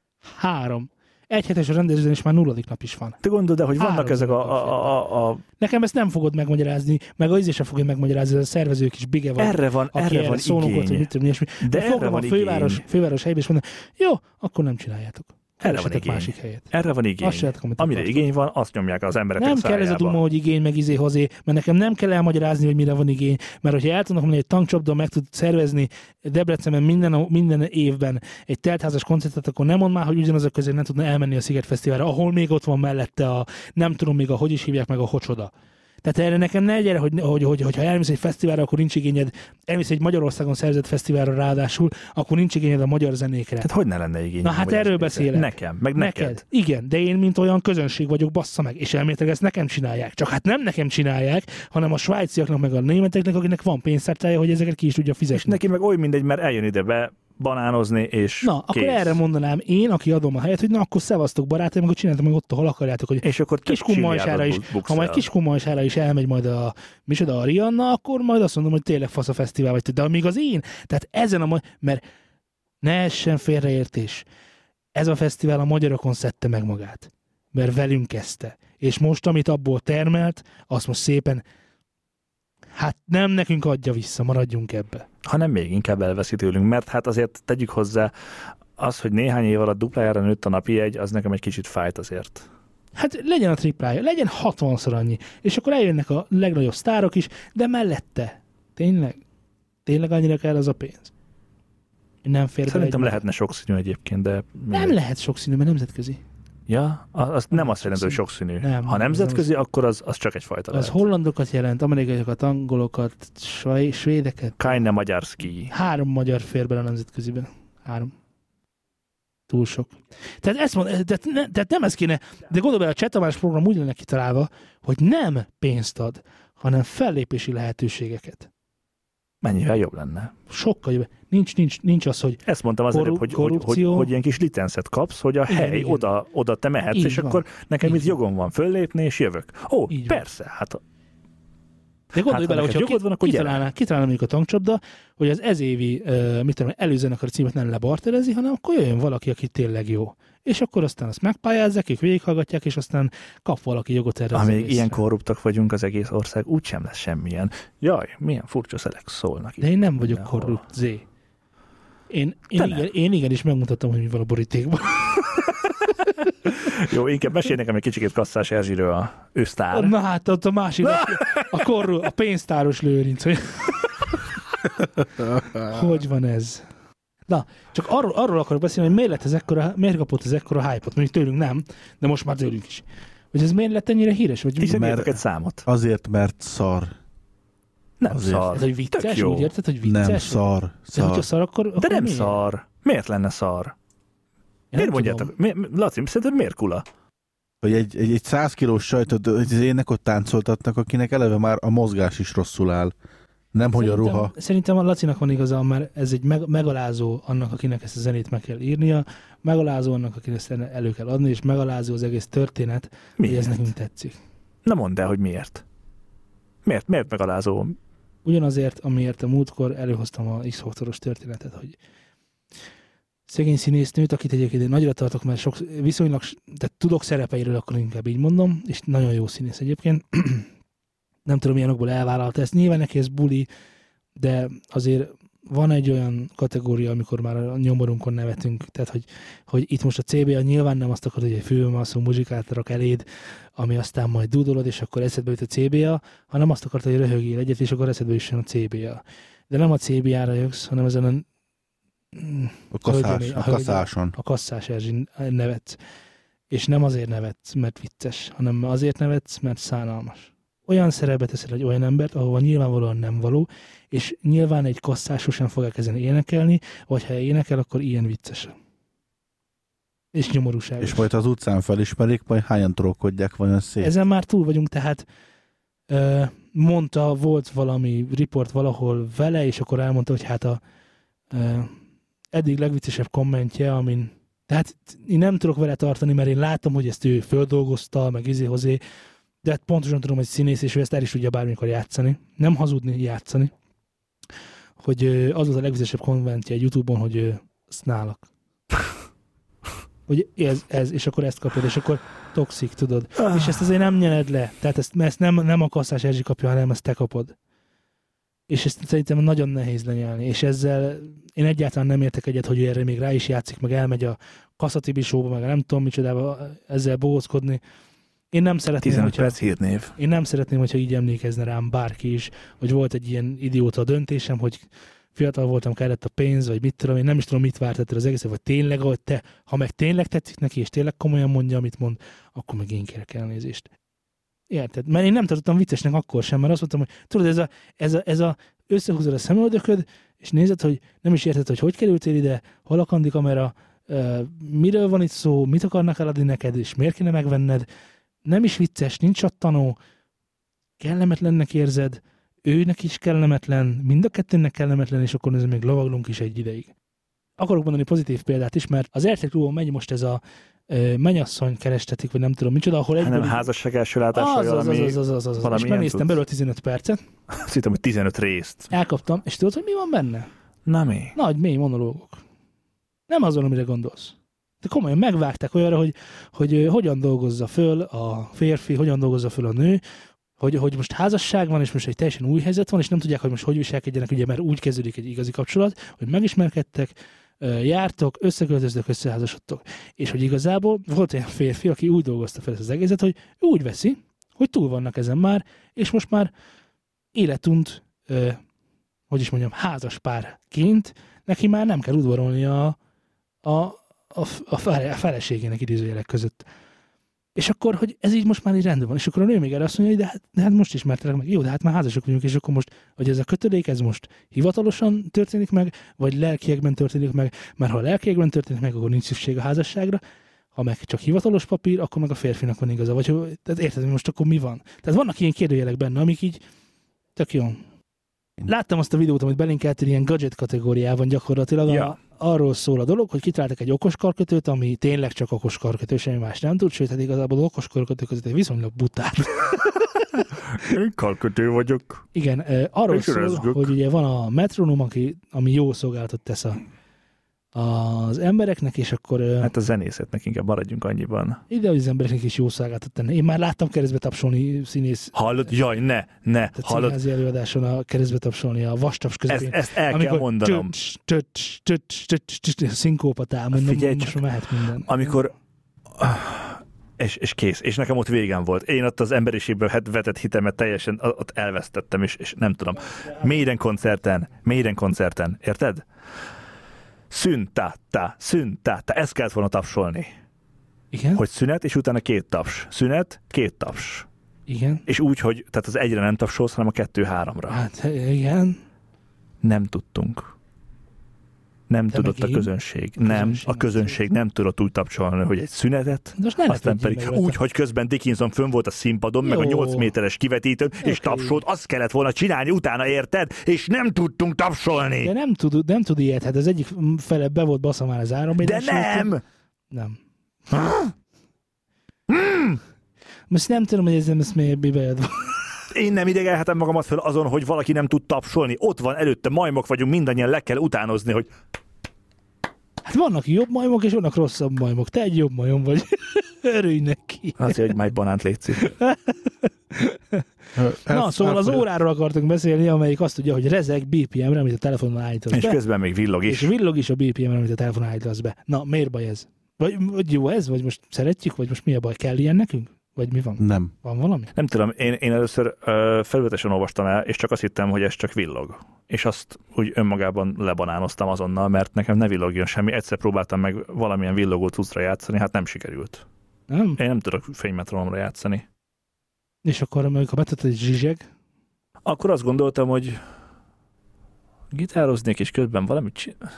Három. Egy hetes a rendezvény, és már nulladik nap is van. Te gondolod, hogy vannak Három ezek a, a, a, a... Nekem ezt nem fogod megmagyarázni, meg az is sem fogja megmagyarázni, ez a szervezők is bige van. Erre van, erre van igény. Volt, hogy mit tudom, ilyesmi. De, de erre van a főváros, igény. főváros helyben, és mondom, jó, akkor nem csináljátok. Erre van igény. Másik helyet. Erre van igény. Csináltak, amire igény van, azt nyomják az emberek nem a kell ez a duma, hogy igény, meg izé hozé, mert nekem nem kell elmagyarázni, hogy mire van igény, mert hogyha el tudnak mondani, hogy egy Tankcsapda meg tud szervezni Debrecenben minden, minden évben egy teltházas koncertet, akkor nem mond már, hogy ugyanaz a közé nem tudna elmenni a Sziget Fesztiválra, ahol még ott van mellette a, nem tudom még a, hogy is hívják meg a Hocsoda. Tehát erre nekem ne gyere, hogy, hogy, hogy, hogy ha elmész egy fesztiválra, akkor nincs igényed, elmész egy Magyarországon szervezett fesztiválra ráadásul, akkor nincs igényed a magyar zenékre. Tehát hogy ne lenne igény? Na hát erről beszélek. Nekem, meg neked. neked. Igen, de én mint olyan közönség vagyok, bassza meg, és elméletileg ezt nekem csinálják. Csak hát nem nekem csinálják, hanem a svájciaknak meg a németeknek, akinek van pénztárcája, hogy ezeket ki is tudja fizetni. És neki meg oly mindegy, mert eljön ide be banánozni, és na, kész. Akkor erre mondanám én, aki adom a helyet, hogy na, akkor szevasztok barátaim, akkor csináltam meg ott, ahol akarjátok, hogy és akkor Kiskunmajsára is, ha majd Kiskunmajsára is elmegy majd a micsoda a Rihanna, akkor majd azt mondom, hogy tényleg fasz a fesztivál vagy, de amíg az én, tehát ezen a, mert ne essen félreértés. Ez a fesztivál a magyarokon szedte meg magát, mert velünk kezdte. És most, amit abból termelt, azt most szépen hát nem nekünk adja vissza, maradjunk ebbe. Hanem még inkább elveszi tőlünk, mert hát azért tegyük hozzá, az, hogy néhány év alatt duplájára nőtt a napi jegy, az nekem egy kicsit fájt azért. Hát legyen a triplája, legyen hatvanszor annyi, és akkor eljönnek a legnagyobb sztárok is, de mellette, tényleg, tényleg annyira kell az a pénz. Nem fér Szerintem lehetne sokszínű egyébként, de... Nem miért? Lehet sokszínű, mert nemzetközi. Ja, az nem azt jelenti, hogy sokszínű. Nem, ha nemzetközi, az, akkor az, az csak egyfajta az lehet. hollandokat jelent, amerikaiakat, angolokat, svaj, svédeket. Kajne magyarski. Három magyar fér bele a nemzetköziben. Három. Túl sok. Tehát, ezt mond, tehát, ne, tehát nem ez kéne, de gondolj bele, a Cseh Tamás program úgy lenne kitalálva, hogy nem pénzt ad, hanem fellépési lehetőségeket. Mennyivel jobb lenne? Sokkal jobb. Nincs, nincs, nincs az, hogy ezt mondtam az előbb, hogy, hogy, hogy, hogy ilyen kis licencet kapsz, hogy a igen, hely, igen. Oda, oda te mehetsz, így és van. Akkor nekem így itt jogom van föllépni, és jövök. Ó, így persze, van. Hát De gondolj Hát, bele, ha hogyha neked jogod van, akkor kitalálná, kitalálná mondjuk a tankcsapda, hogy az ezévi, uh, mit tudom, előzenekar címet nem lebarterezi, hanem akkor jöjjön valaki, aki tényleg jó. És akkor aztán azt megpályázzák, ők végighallgatják, és aztán kap valaki jogot erre. Amíg ilyen korruptak vagyunk az egész ország, úgysem lesz semmilyen. Jaj, milyen furcsa szelek szólnak. De én nem vagyok mindenhol. korrupt, Zé. Én, én, Te igen, én igenis megmutattam, hogy mi van a borítékban. Jó, inkább mesélj nekem egy kicsikét Kasszás Erzsiről, a ő sztár. Na hát, ott a másik, a, a, korru, a pénztáros Lőrinc, hogy... hogy van ez? Na, csak arról, arról akarok beszélni, hogy miért lett ez ekkora, miért kapott ez ekkora hype-ot, mondjuk tőlünk nem, de most már tőlünk is. Hogy ez miért lett ennyire híres? Vagy Hiszen Mert- írtok egy számot. Azért, mert szar. Nem azért. szar. ez, hogy vicces, Tök jó. úgy érted, hogy vicces? Nem szar. De szar. hogyha szar, akkor, akkor De nem miért? szar. Miért lenne szar? Én Miért nem mondjátok? tudom. Mi, Laci, szerinted miért kula? Hogy egy, egy, egy száz kilós sajtot az ének ott táncoltatnak, akinek eleve már a mozgás is rosszul áll. Nem, hogy a Szerintem- ruha. Szerintem a Lacinak van igaza, mert ez egy meg, megalázó annak, akinek ezt a zenét meg kell írnia, megalázó annak, akinek ezt elő kell adni, és megalázó az egész történet, hogy ez Miért? nekünk tetszik. Na mondd el, hogy miért. Miért? Miért megalázó? Ugyanazért, amiért a múltkor előhoztam a X-faktoros történetet, hogy szegény színésznőt, akit egyébként én nagyra tartok, mert sok, viszonylag, de tudok szerepeiről, akkor inkább így mondom, és nagyon jó színész egyébként. Nem tudom, milyen okból elvállalta ezt. Nyilván neki ez buli, de azért van egy olyan kategória, amikor már a nyomorunkon nevetünk, tehát hogy, hogy itt most a cé bé á nyilván nem azt akarod, hogy egy fülmalszó muzsikát rak eléd, ami aztán majd dúdolod, és akkor eszedbe jut a cé bé á, hanem azt akarod, hogy röhögjél egyet, és akkor eszedbe jusson a cé bé á. De nem a cé bé á-ra jössz, hanem ezen a, A, kaszás, hölgyemé- a kaszáson. a Kasszás Erzsin nevetsz. És nem azért nevetsz, mert vicces, hanem azért nevetsz, mert szánalmas. Olyan szerepbe teszel egy olyan embert, ahova nyilvánvalóan nem való, és nyilván egy kasszás sosem fog elkezdeni énekelni, vagy ha énekel, akkor ilyen vicces. És nyomorúságos. És majd az utcán felismerik, majd hányan trókodják vajon szét. Ezen már túl vagyunk, tehát ö, mondta, volt valami riport valahol vele, és akkor elmondta, hogy hát a ö, eddig legviccesebb kommentje, amin tehát én nem tudok vele tartani, mert én látom, hogy ezt ő földolgozta, meg izé hozé, de hát pontosan tudom, hogy színész, és ő ezt el is tudja bármikor játszani. Nem hazudni, játszani. Hogy ö, az volt a legviccesebb kommentje egy YouTube-on, hogy ö, azt nálak. Hogy ez, ez, és akkor ezt kapod, és akkor toxik, tudod. És ezt azért nem nyered le. Tehát ezt, ezt nem, nem a Kasszás Erzsi kapja, hanem ezt te kapod. És ezt szerintem nagyon nehéz lenyelni. És ezzel én egyáltalán nem értek egyet, hogy ő erre még rá is játszik, meg elmegy a Kasszatibi show-ba, meg nem tudom micsodába ezzel bohózkodni. Én nem szeretném, tizenöt hogyha, perc hírnév. én nem szeretném, hogyha így emlékezne rám bárki is, hogy volt egy ilyen idióta döntésem, hogy fiatal voltam, kellett a pénz, vagy mit tudom, én nem is tudom, mit várt ettől az egészet, vagy tényleg, hogy te, ha meg tényleg tetszik neki, és tényleg komolyan mondja, amit mond, akkor meg én kérek elnézést. Érted? Mert én nem tartottam viccesnek akkor sem, mert azt mondtam, hogy tudod, ez a, ez a, ez a összehúzod a szemöldököd, és nézed, hogy nem is érted, hogy hogy kerültél ide, hol a kandikamera, uh, miről van itt szó, mit akarnak eladni neked, és miért kéne megvenned. Nem is vicces, nincs csattanó, kellemetlennek érzed, őnek is kellemetlen, mind a kettőnek kellemetlen, és akkor ez még lovaglunk is egy ideig. Akarok mondani pozitív példát is, mert az er té Klubon megy most ez a uh, mennyasszony kerestetik, vagy nem tudom micsoda, ahol Hát egyből... nem házasság első látásra, az, az, az, valami... az, az, az, az, az. valami És ilyen megnéztem tudsz. belőle tizenöt percet, Azt hittem, hogy tizenöt részt. elkaptam, és tudod, hogy mi van benne? Na mi? Nagy, mély monológok. Nem azon, amire gondolsz. De komolyan megvágták olyanra, hogy, hogy ö, hogyan dolgozza föl a férfi, hogyan dolgozza föl a nő, hogy, hogy most házasság van, és most egy teljesen új helyzet van, és nem tudják, hogy most hogy viselkedjenek, ugye, mert úgy kezdődik egy igazi kapcsolat, hogy megismerkedtek, ö, jártok, összeköltöztök, összeházasodtok. És hogy igazából volt olyan férfi, aki úgy dolgozta fel ezt az egészet, hogy ő úgy veszi, hogy túl vannak ezen már, és most már életunt, ö, hogy is mondjam, házas párként, neki már nem kell udvarolni a, a, a, a, fele, a feleségének idézőjelek között. És akkor, hogy ez így most már így rendben van. És akkor a nő még erre azt mondja, hogy de hát, de hát most ismertelek meg. Jó, de hát már házasok vagyunk, és akkor most, hogy ez a kötődék, ez most hivatalosan történik meg, vagy lelkiekben történik meg, mert ha a lelkiekben történik meg, akkor nincs szükség a házasságra, ha meg csak hivatalos papír, akkor meg a férfinak van igaza. Vagy tehát érted, hogy most akkor mi van? Tehát vannak ilyen kérdőjelek benne, amik így tök jó. Láttam azt a videót, amit belinkeltél ilyen gadget kategóriában gyakorlatilag. Ja. A, arról szól a dolog, hogy kitaláltak egy okos karkötőt, ami tényleg csak okos karkötő, semmi más nem tud, sőt, hát igazából az okos karkötő között egy viszonylag butát. Én kalkötő vagyok. Igen, uh, arról És szól, rezgök. hogy ugye van a metronóm, aki, ami jó szolgálatot tesz a, az embereknek, és akkor uh, Hát a zenészetnek inkább maradjunk annyiban. ide az embereknek is jó szolgáltat tenni. Én már láttam keresztbe tapsolni színész, Hallod? Jaj, ne, ne, tehát hallod? színházi előadáson a keresztbe tapsolni a vastaps Ezt, közepén. ezt el kell mondanom. Szinkópat mondom, Figyelj most csak. már mehet minden. Amikor... És, és kész. És nekem ott végem volt. Én ott az emberiségbe vetett hitemet teljesen ott elvesztettem, és, és nem tudom. Mélyden koncerten, mélyden koncerten, érted? Szüntátá, szüntátá. Ezt kellett volna tapsolni. Igen? Hogy szünet, és utána két taps. Szünet, két taps. Igen? És úgy, hogy tehát az egyre nem tapsolsz, hanem a kettő-háromra. Hát igen. Nem tudtunk. Nem De tudott meg a én? közönség. A Nem, közönség a közönség nem tudott úgy tapsolni, hogy egy szünetet, De most ne aztán lepődjél pedig meg úgy, rajta. hogy közben Dickinson fönn volt a színpadon, meg a Jó. nyolc méteres kivetítőn, és Oké. tapsolt, azt kellett volna csinálni utána, érted? És nem tudtunk tapsolni. De nem tud, nem tud ilyet, hát az egyik fele be volt bassza már az áram. De nem! Nem. Most nem tudom, hogy ez nem ezt miért bejött. Én nem idegelhetem magamat föl azon, hogy valaki nem tud tapsolni. Ott van előtte, majmok vagyunk, mindannyian le kell utánozni, hogy Hát vannak jobb majmok, és vannak rosszabb majmok. Te egy jobb majom vagy. Örülj neki. azért, hogy máj banánt létszik. Na, szóval az óráról akartunk beszélni, amelyik azt tudja, hogy rezeg bé pé em-re, amit a telefonon állítasz És be. közben még villog És is. villog is a bé pé em-re, amit a telefonon állítasz be. Na, miért baj ez? Vagy, vagy jó ez? Vagy most szeretjük? Vagy most mi a baj? Kell ilyen nekünk? Vagy mi van? Nem. Van valami? Nem tudom, én, én először ö, felületesen olvastam el, és csak azt hittem, hogy ez csak villog. És azt úgy önmagában lebanánoztam azonnal, mert nekem ne villogjon semmi. Egyszer próbáltam meg valamilyen villogó cuccra játszani, hát nem sikerült. Nem? Én nem tudok fénymetronomra játszani. És akkor, amikor betett egy zsizseg, Akkor azt gondoltam, hogy gitároznék, és közben valamit csinál.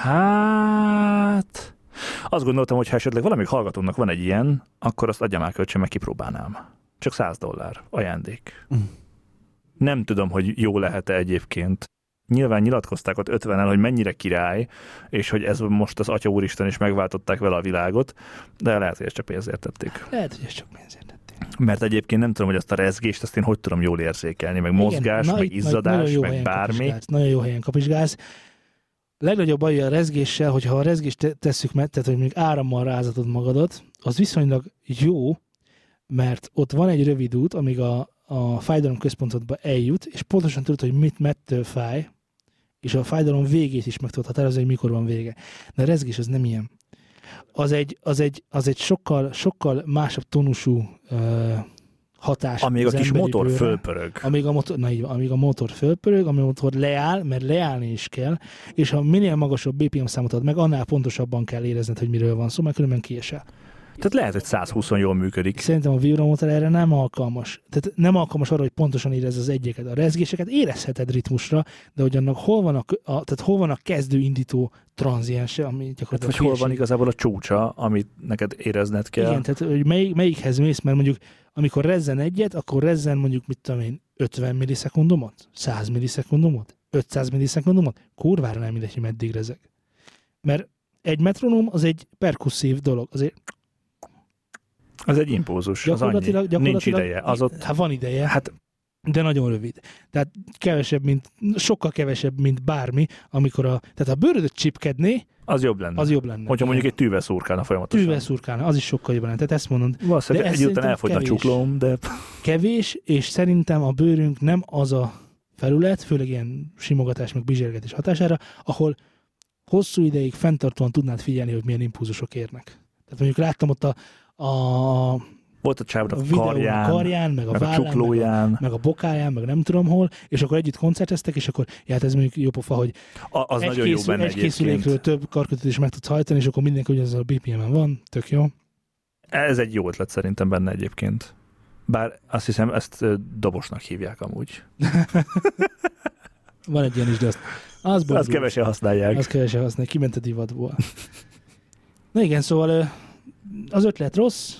Hát... Azt gondoltam, hogy ha esetleg valamelyik hallgatónak van egy ilyen, akkor azt adjam el kölcsön, meg kipróbálnám. Csak száz dollár. Ajándék. Mm. Nem tudom, hogy jó lehet-e egyébként. Nyilván nyilatkozták ott ötvenen, hogy mennyire király, és hogy ez most az Atya Úristen is megváltották vele a világot, de lehet, hogy ezt csak pénzért tették. lehet, hogy ez csak pénzért tették. Mert egyébként nem tudom, hogy azt a rezgést, azt én hogy tudom jól érzékelni, meg mozgás, Igen, na, meg itt majd nagyon izzadás, jó meg helyen bármi. kapizsgálsz, nagyon jó helyen kapizsgálsz. Legnagyobb baj a rezgéssel, hogyha a rezgést te- tesszük meg, tehát hogy még árammal rázatod magadat, az viszonylag jó, mert ott van egy rövid út, amíg a, a fájdalom központodba eljut, és pontosan tudod, hogy mit mettől fáj, és a fájdalom végét is meg tudod határozni, hogy mikor van vége. De a rezgés az nem ilyen. Az egy, az egy, az egy sokkal, sokkal másabb tónusú uh, hatás. Amíg a az kis emberi motor bőrre. fölpörög. Amíg a motor, na így van, amíg a motor fölpörög, amíg a motor leáll, mert leállni is kell, és ha minél magasabb bé pé em számot ad meg, annál pontosabban kell érezned, hogy miről van szó, mert különben kiesel. Tehát lehet, hogy száz húszon jól működik. Szerintem a vibromotor erre nem alkalmas. Tehát nem alkalmas arra, hogy pontosan érezd az egyeket. A rezgéseket érezheted ritmusra, de hogy annak hol van a, a, tehát hol van a kezdő-indító tranziense, ami Hát, gyakorlatilag vagy hol van hülyeség. igazából a csúcsa, amit neked érezned kell. Igen, tehát hogy mely, melyikhez mész, mert mondjuk amikor rezzen egyet, akkor rezzen mondjuk, mit tudom én, ötven millisekundumot, száz millisekundumot, ötszáz millisekundumot, kurvára nem mindegy, hogy meddig rezeg. Mert egy metronóm az egy perkusszív dolog, azért Az egy impulzus, az annyi. gyakorlatilag, Nincs gyakorlatilag ideje. Az ott, hát van ideje, hát de nagyon rövid. Tehát kevesebb, mint, sokkal kevesebb, mint bármi, amikor a, tehát ha a bőrödöt csipkedné, az jobb lenne. az jobb lenne. Hogyha mondjuk egy tűvel szurkálna folyamatosan. tűvel szurkálna, az is sokkal jobb lenne. Tehát ezt mondod, Valószínűleg De ez egy után szerintem elfogyna a kevés. csuklóm, de kevés, és szerintem a bőrünk nem az a felület, főleg ilyen simogatás, meg bizsergetés hatására, ahol hosszú ideig fenntartóan tudnád figyelni, hogy milyen impulzusok érnek. Tehát mondjuk láttam ott a, a, volt a csávnak a a videón karján, a karján, meg a meg a vállán, meg a, csuklóján. meg a bokáján, meg nem tudom hol, és akkor együtt koncerteztek, és akkor, ja, hát ez mondjuk jó pofa, hogy A, az egy, nagyon jó készül, benne egy készülékről egyébként. több karkötőt is meg tudsz hajtani, és akkor mindenki ugyanazon a bé pé em-en van, tök jó. Ez egy jó ötlet szerintem benne egyébként. Bár azt hiszem, ezt ö, dobosnak hívják amúgy. Van egy ilyen is, de azt, az, Azt borzalmas. kevesen használják. Az kevesen használják, kiment a divatból. Na igen, szóval ö, az ötlet rossz.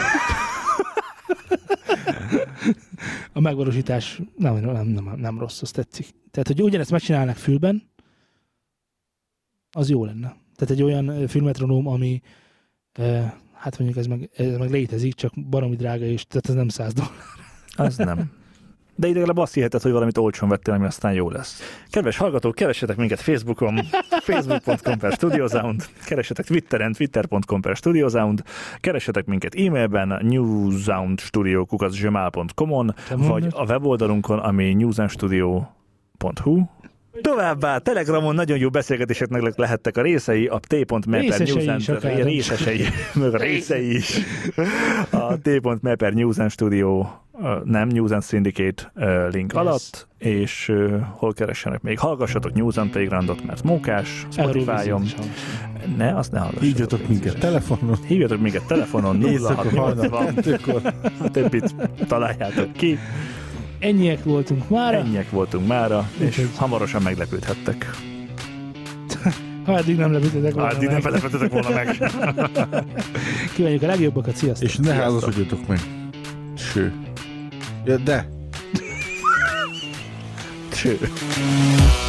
A megvalósítás nem, nem, nem, nem rossz, az tetszik. Tehát, hogy ugyanezt megcsinálnak fülben, az jó lenne. Tehát egy olyan ö, fülmetronóm, ami ö, hát mondjuk ez meg, ez meg létezik, csak baromi drága, és tehát ez nem száz dollár. Az nem. De ide legalább azt hiheted, hogy valamit olcsón vettél, ami aztán jó lesz. Kedves hallgatók, keressetek minket Facebookon, facebook pont com per studiosound, keressetek Twitteren, twitter pont com per studiosound, keressetek minket e-mailben, newsoundstudio kukac gmail pont com-on, vagy a weboldalunkon, ami newsoundstudio pont hu. Továbbá Telegramon nagyon jó beszélgetéseknek lehettek a részei, a t.me per newsound részesei, meg a részei is. A t.me per newsound studio, nem, News and Syndicate link yes. alatt, és uh, hol keressenek még? Hallgassatok News and Playgroundot, mert mókás, Spotify-on. Ne, azt ne hallgassatok. Hívjatok minket telefonon. Hívjatok minket telefonon, nulla hat nyolcvan. A többit találjátok ki. Ennyiek voltunk mára. Ennyiek voltunk mára, és Úgy, hamarosan meglepődhettek. Ha eddig nem lepődtetek volna ha eddig meg. nem lepődtetek volna meg. Kívánjuk a legjobbakat, sziasztok! És ne házasodjatok meg. Ső. Ja, de. Ső.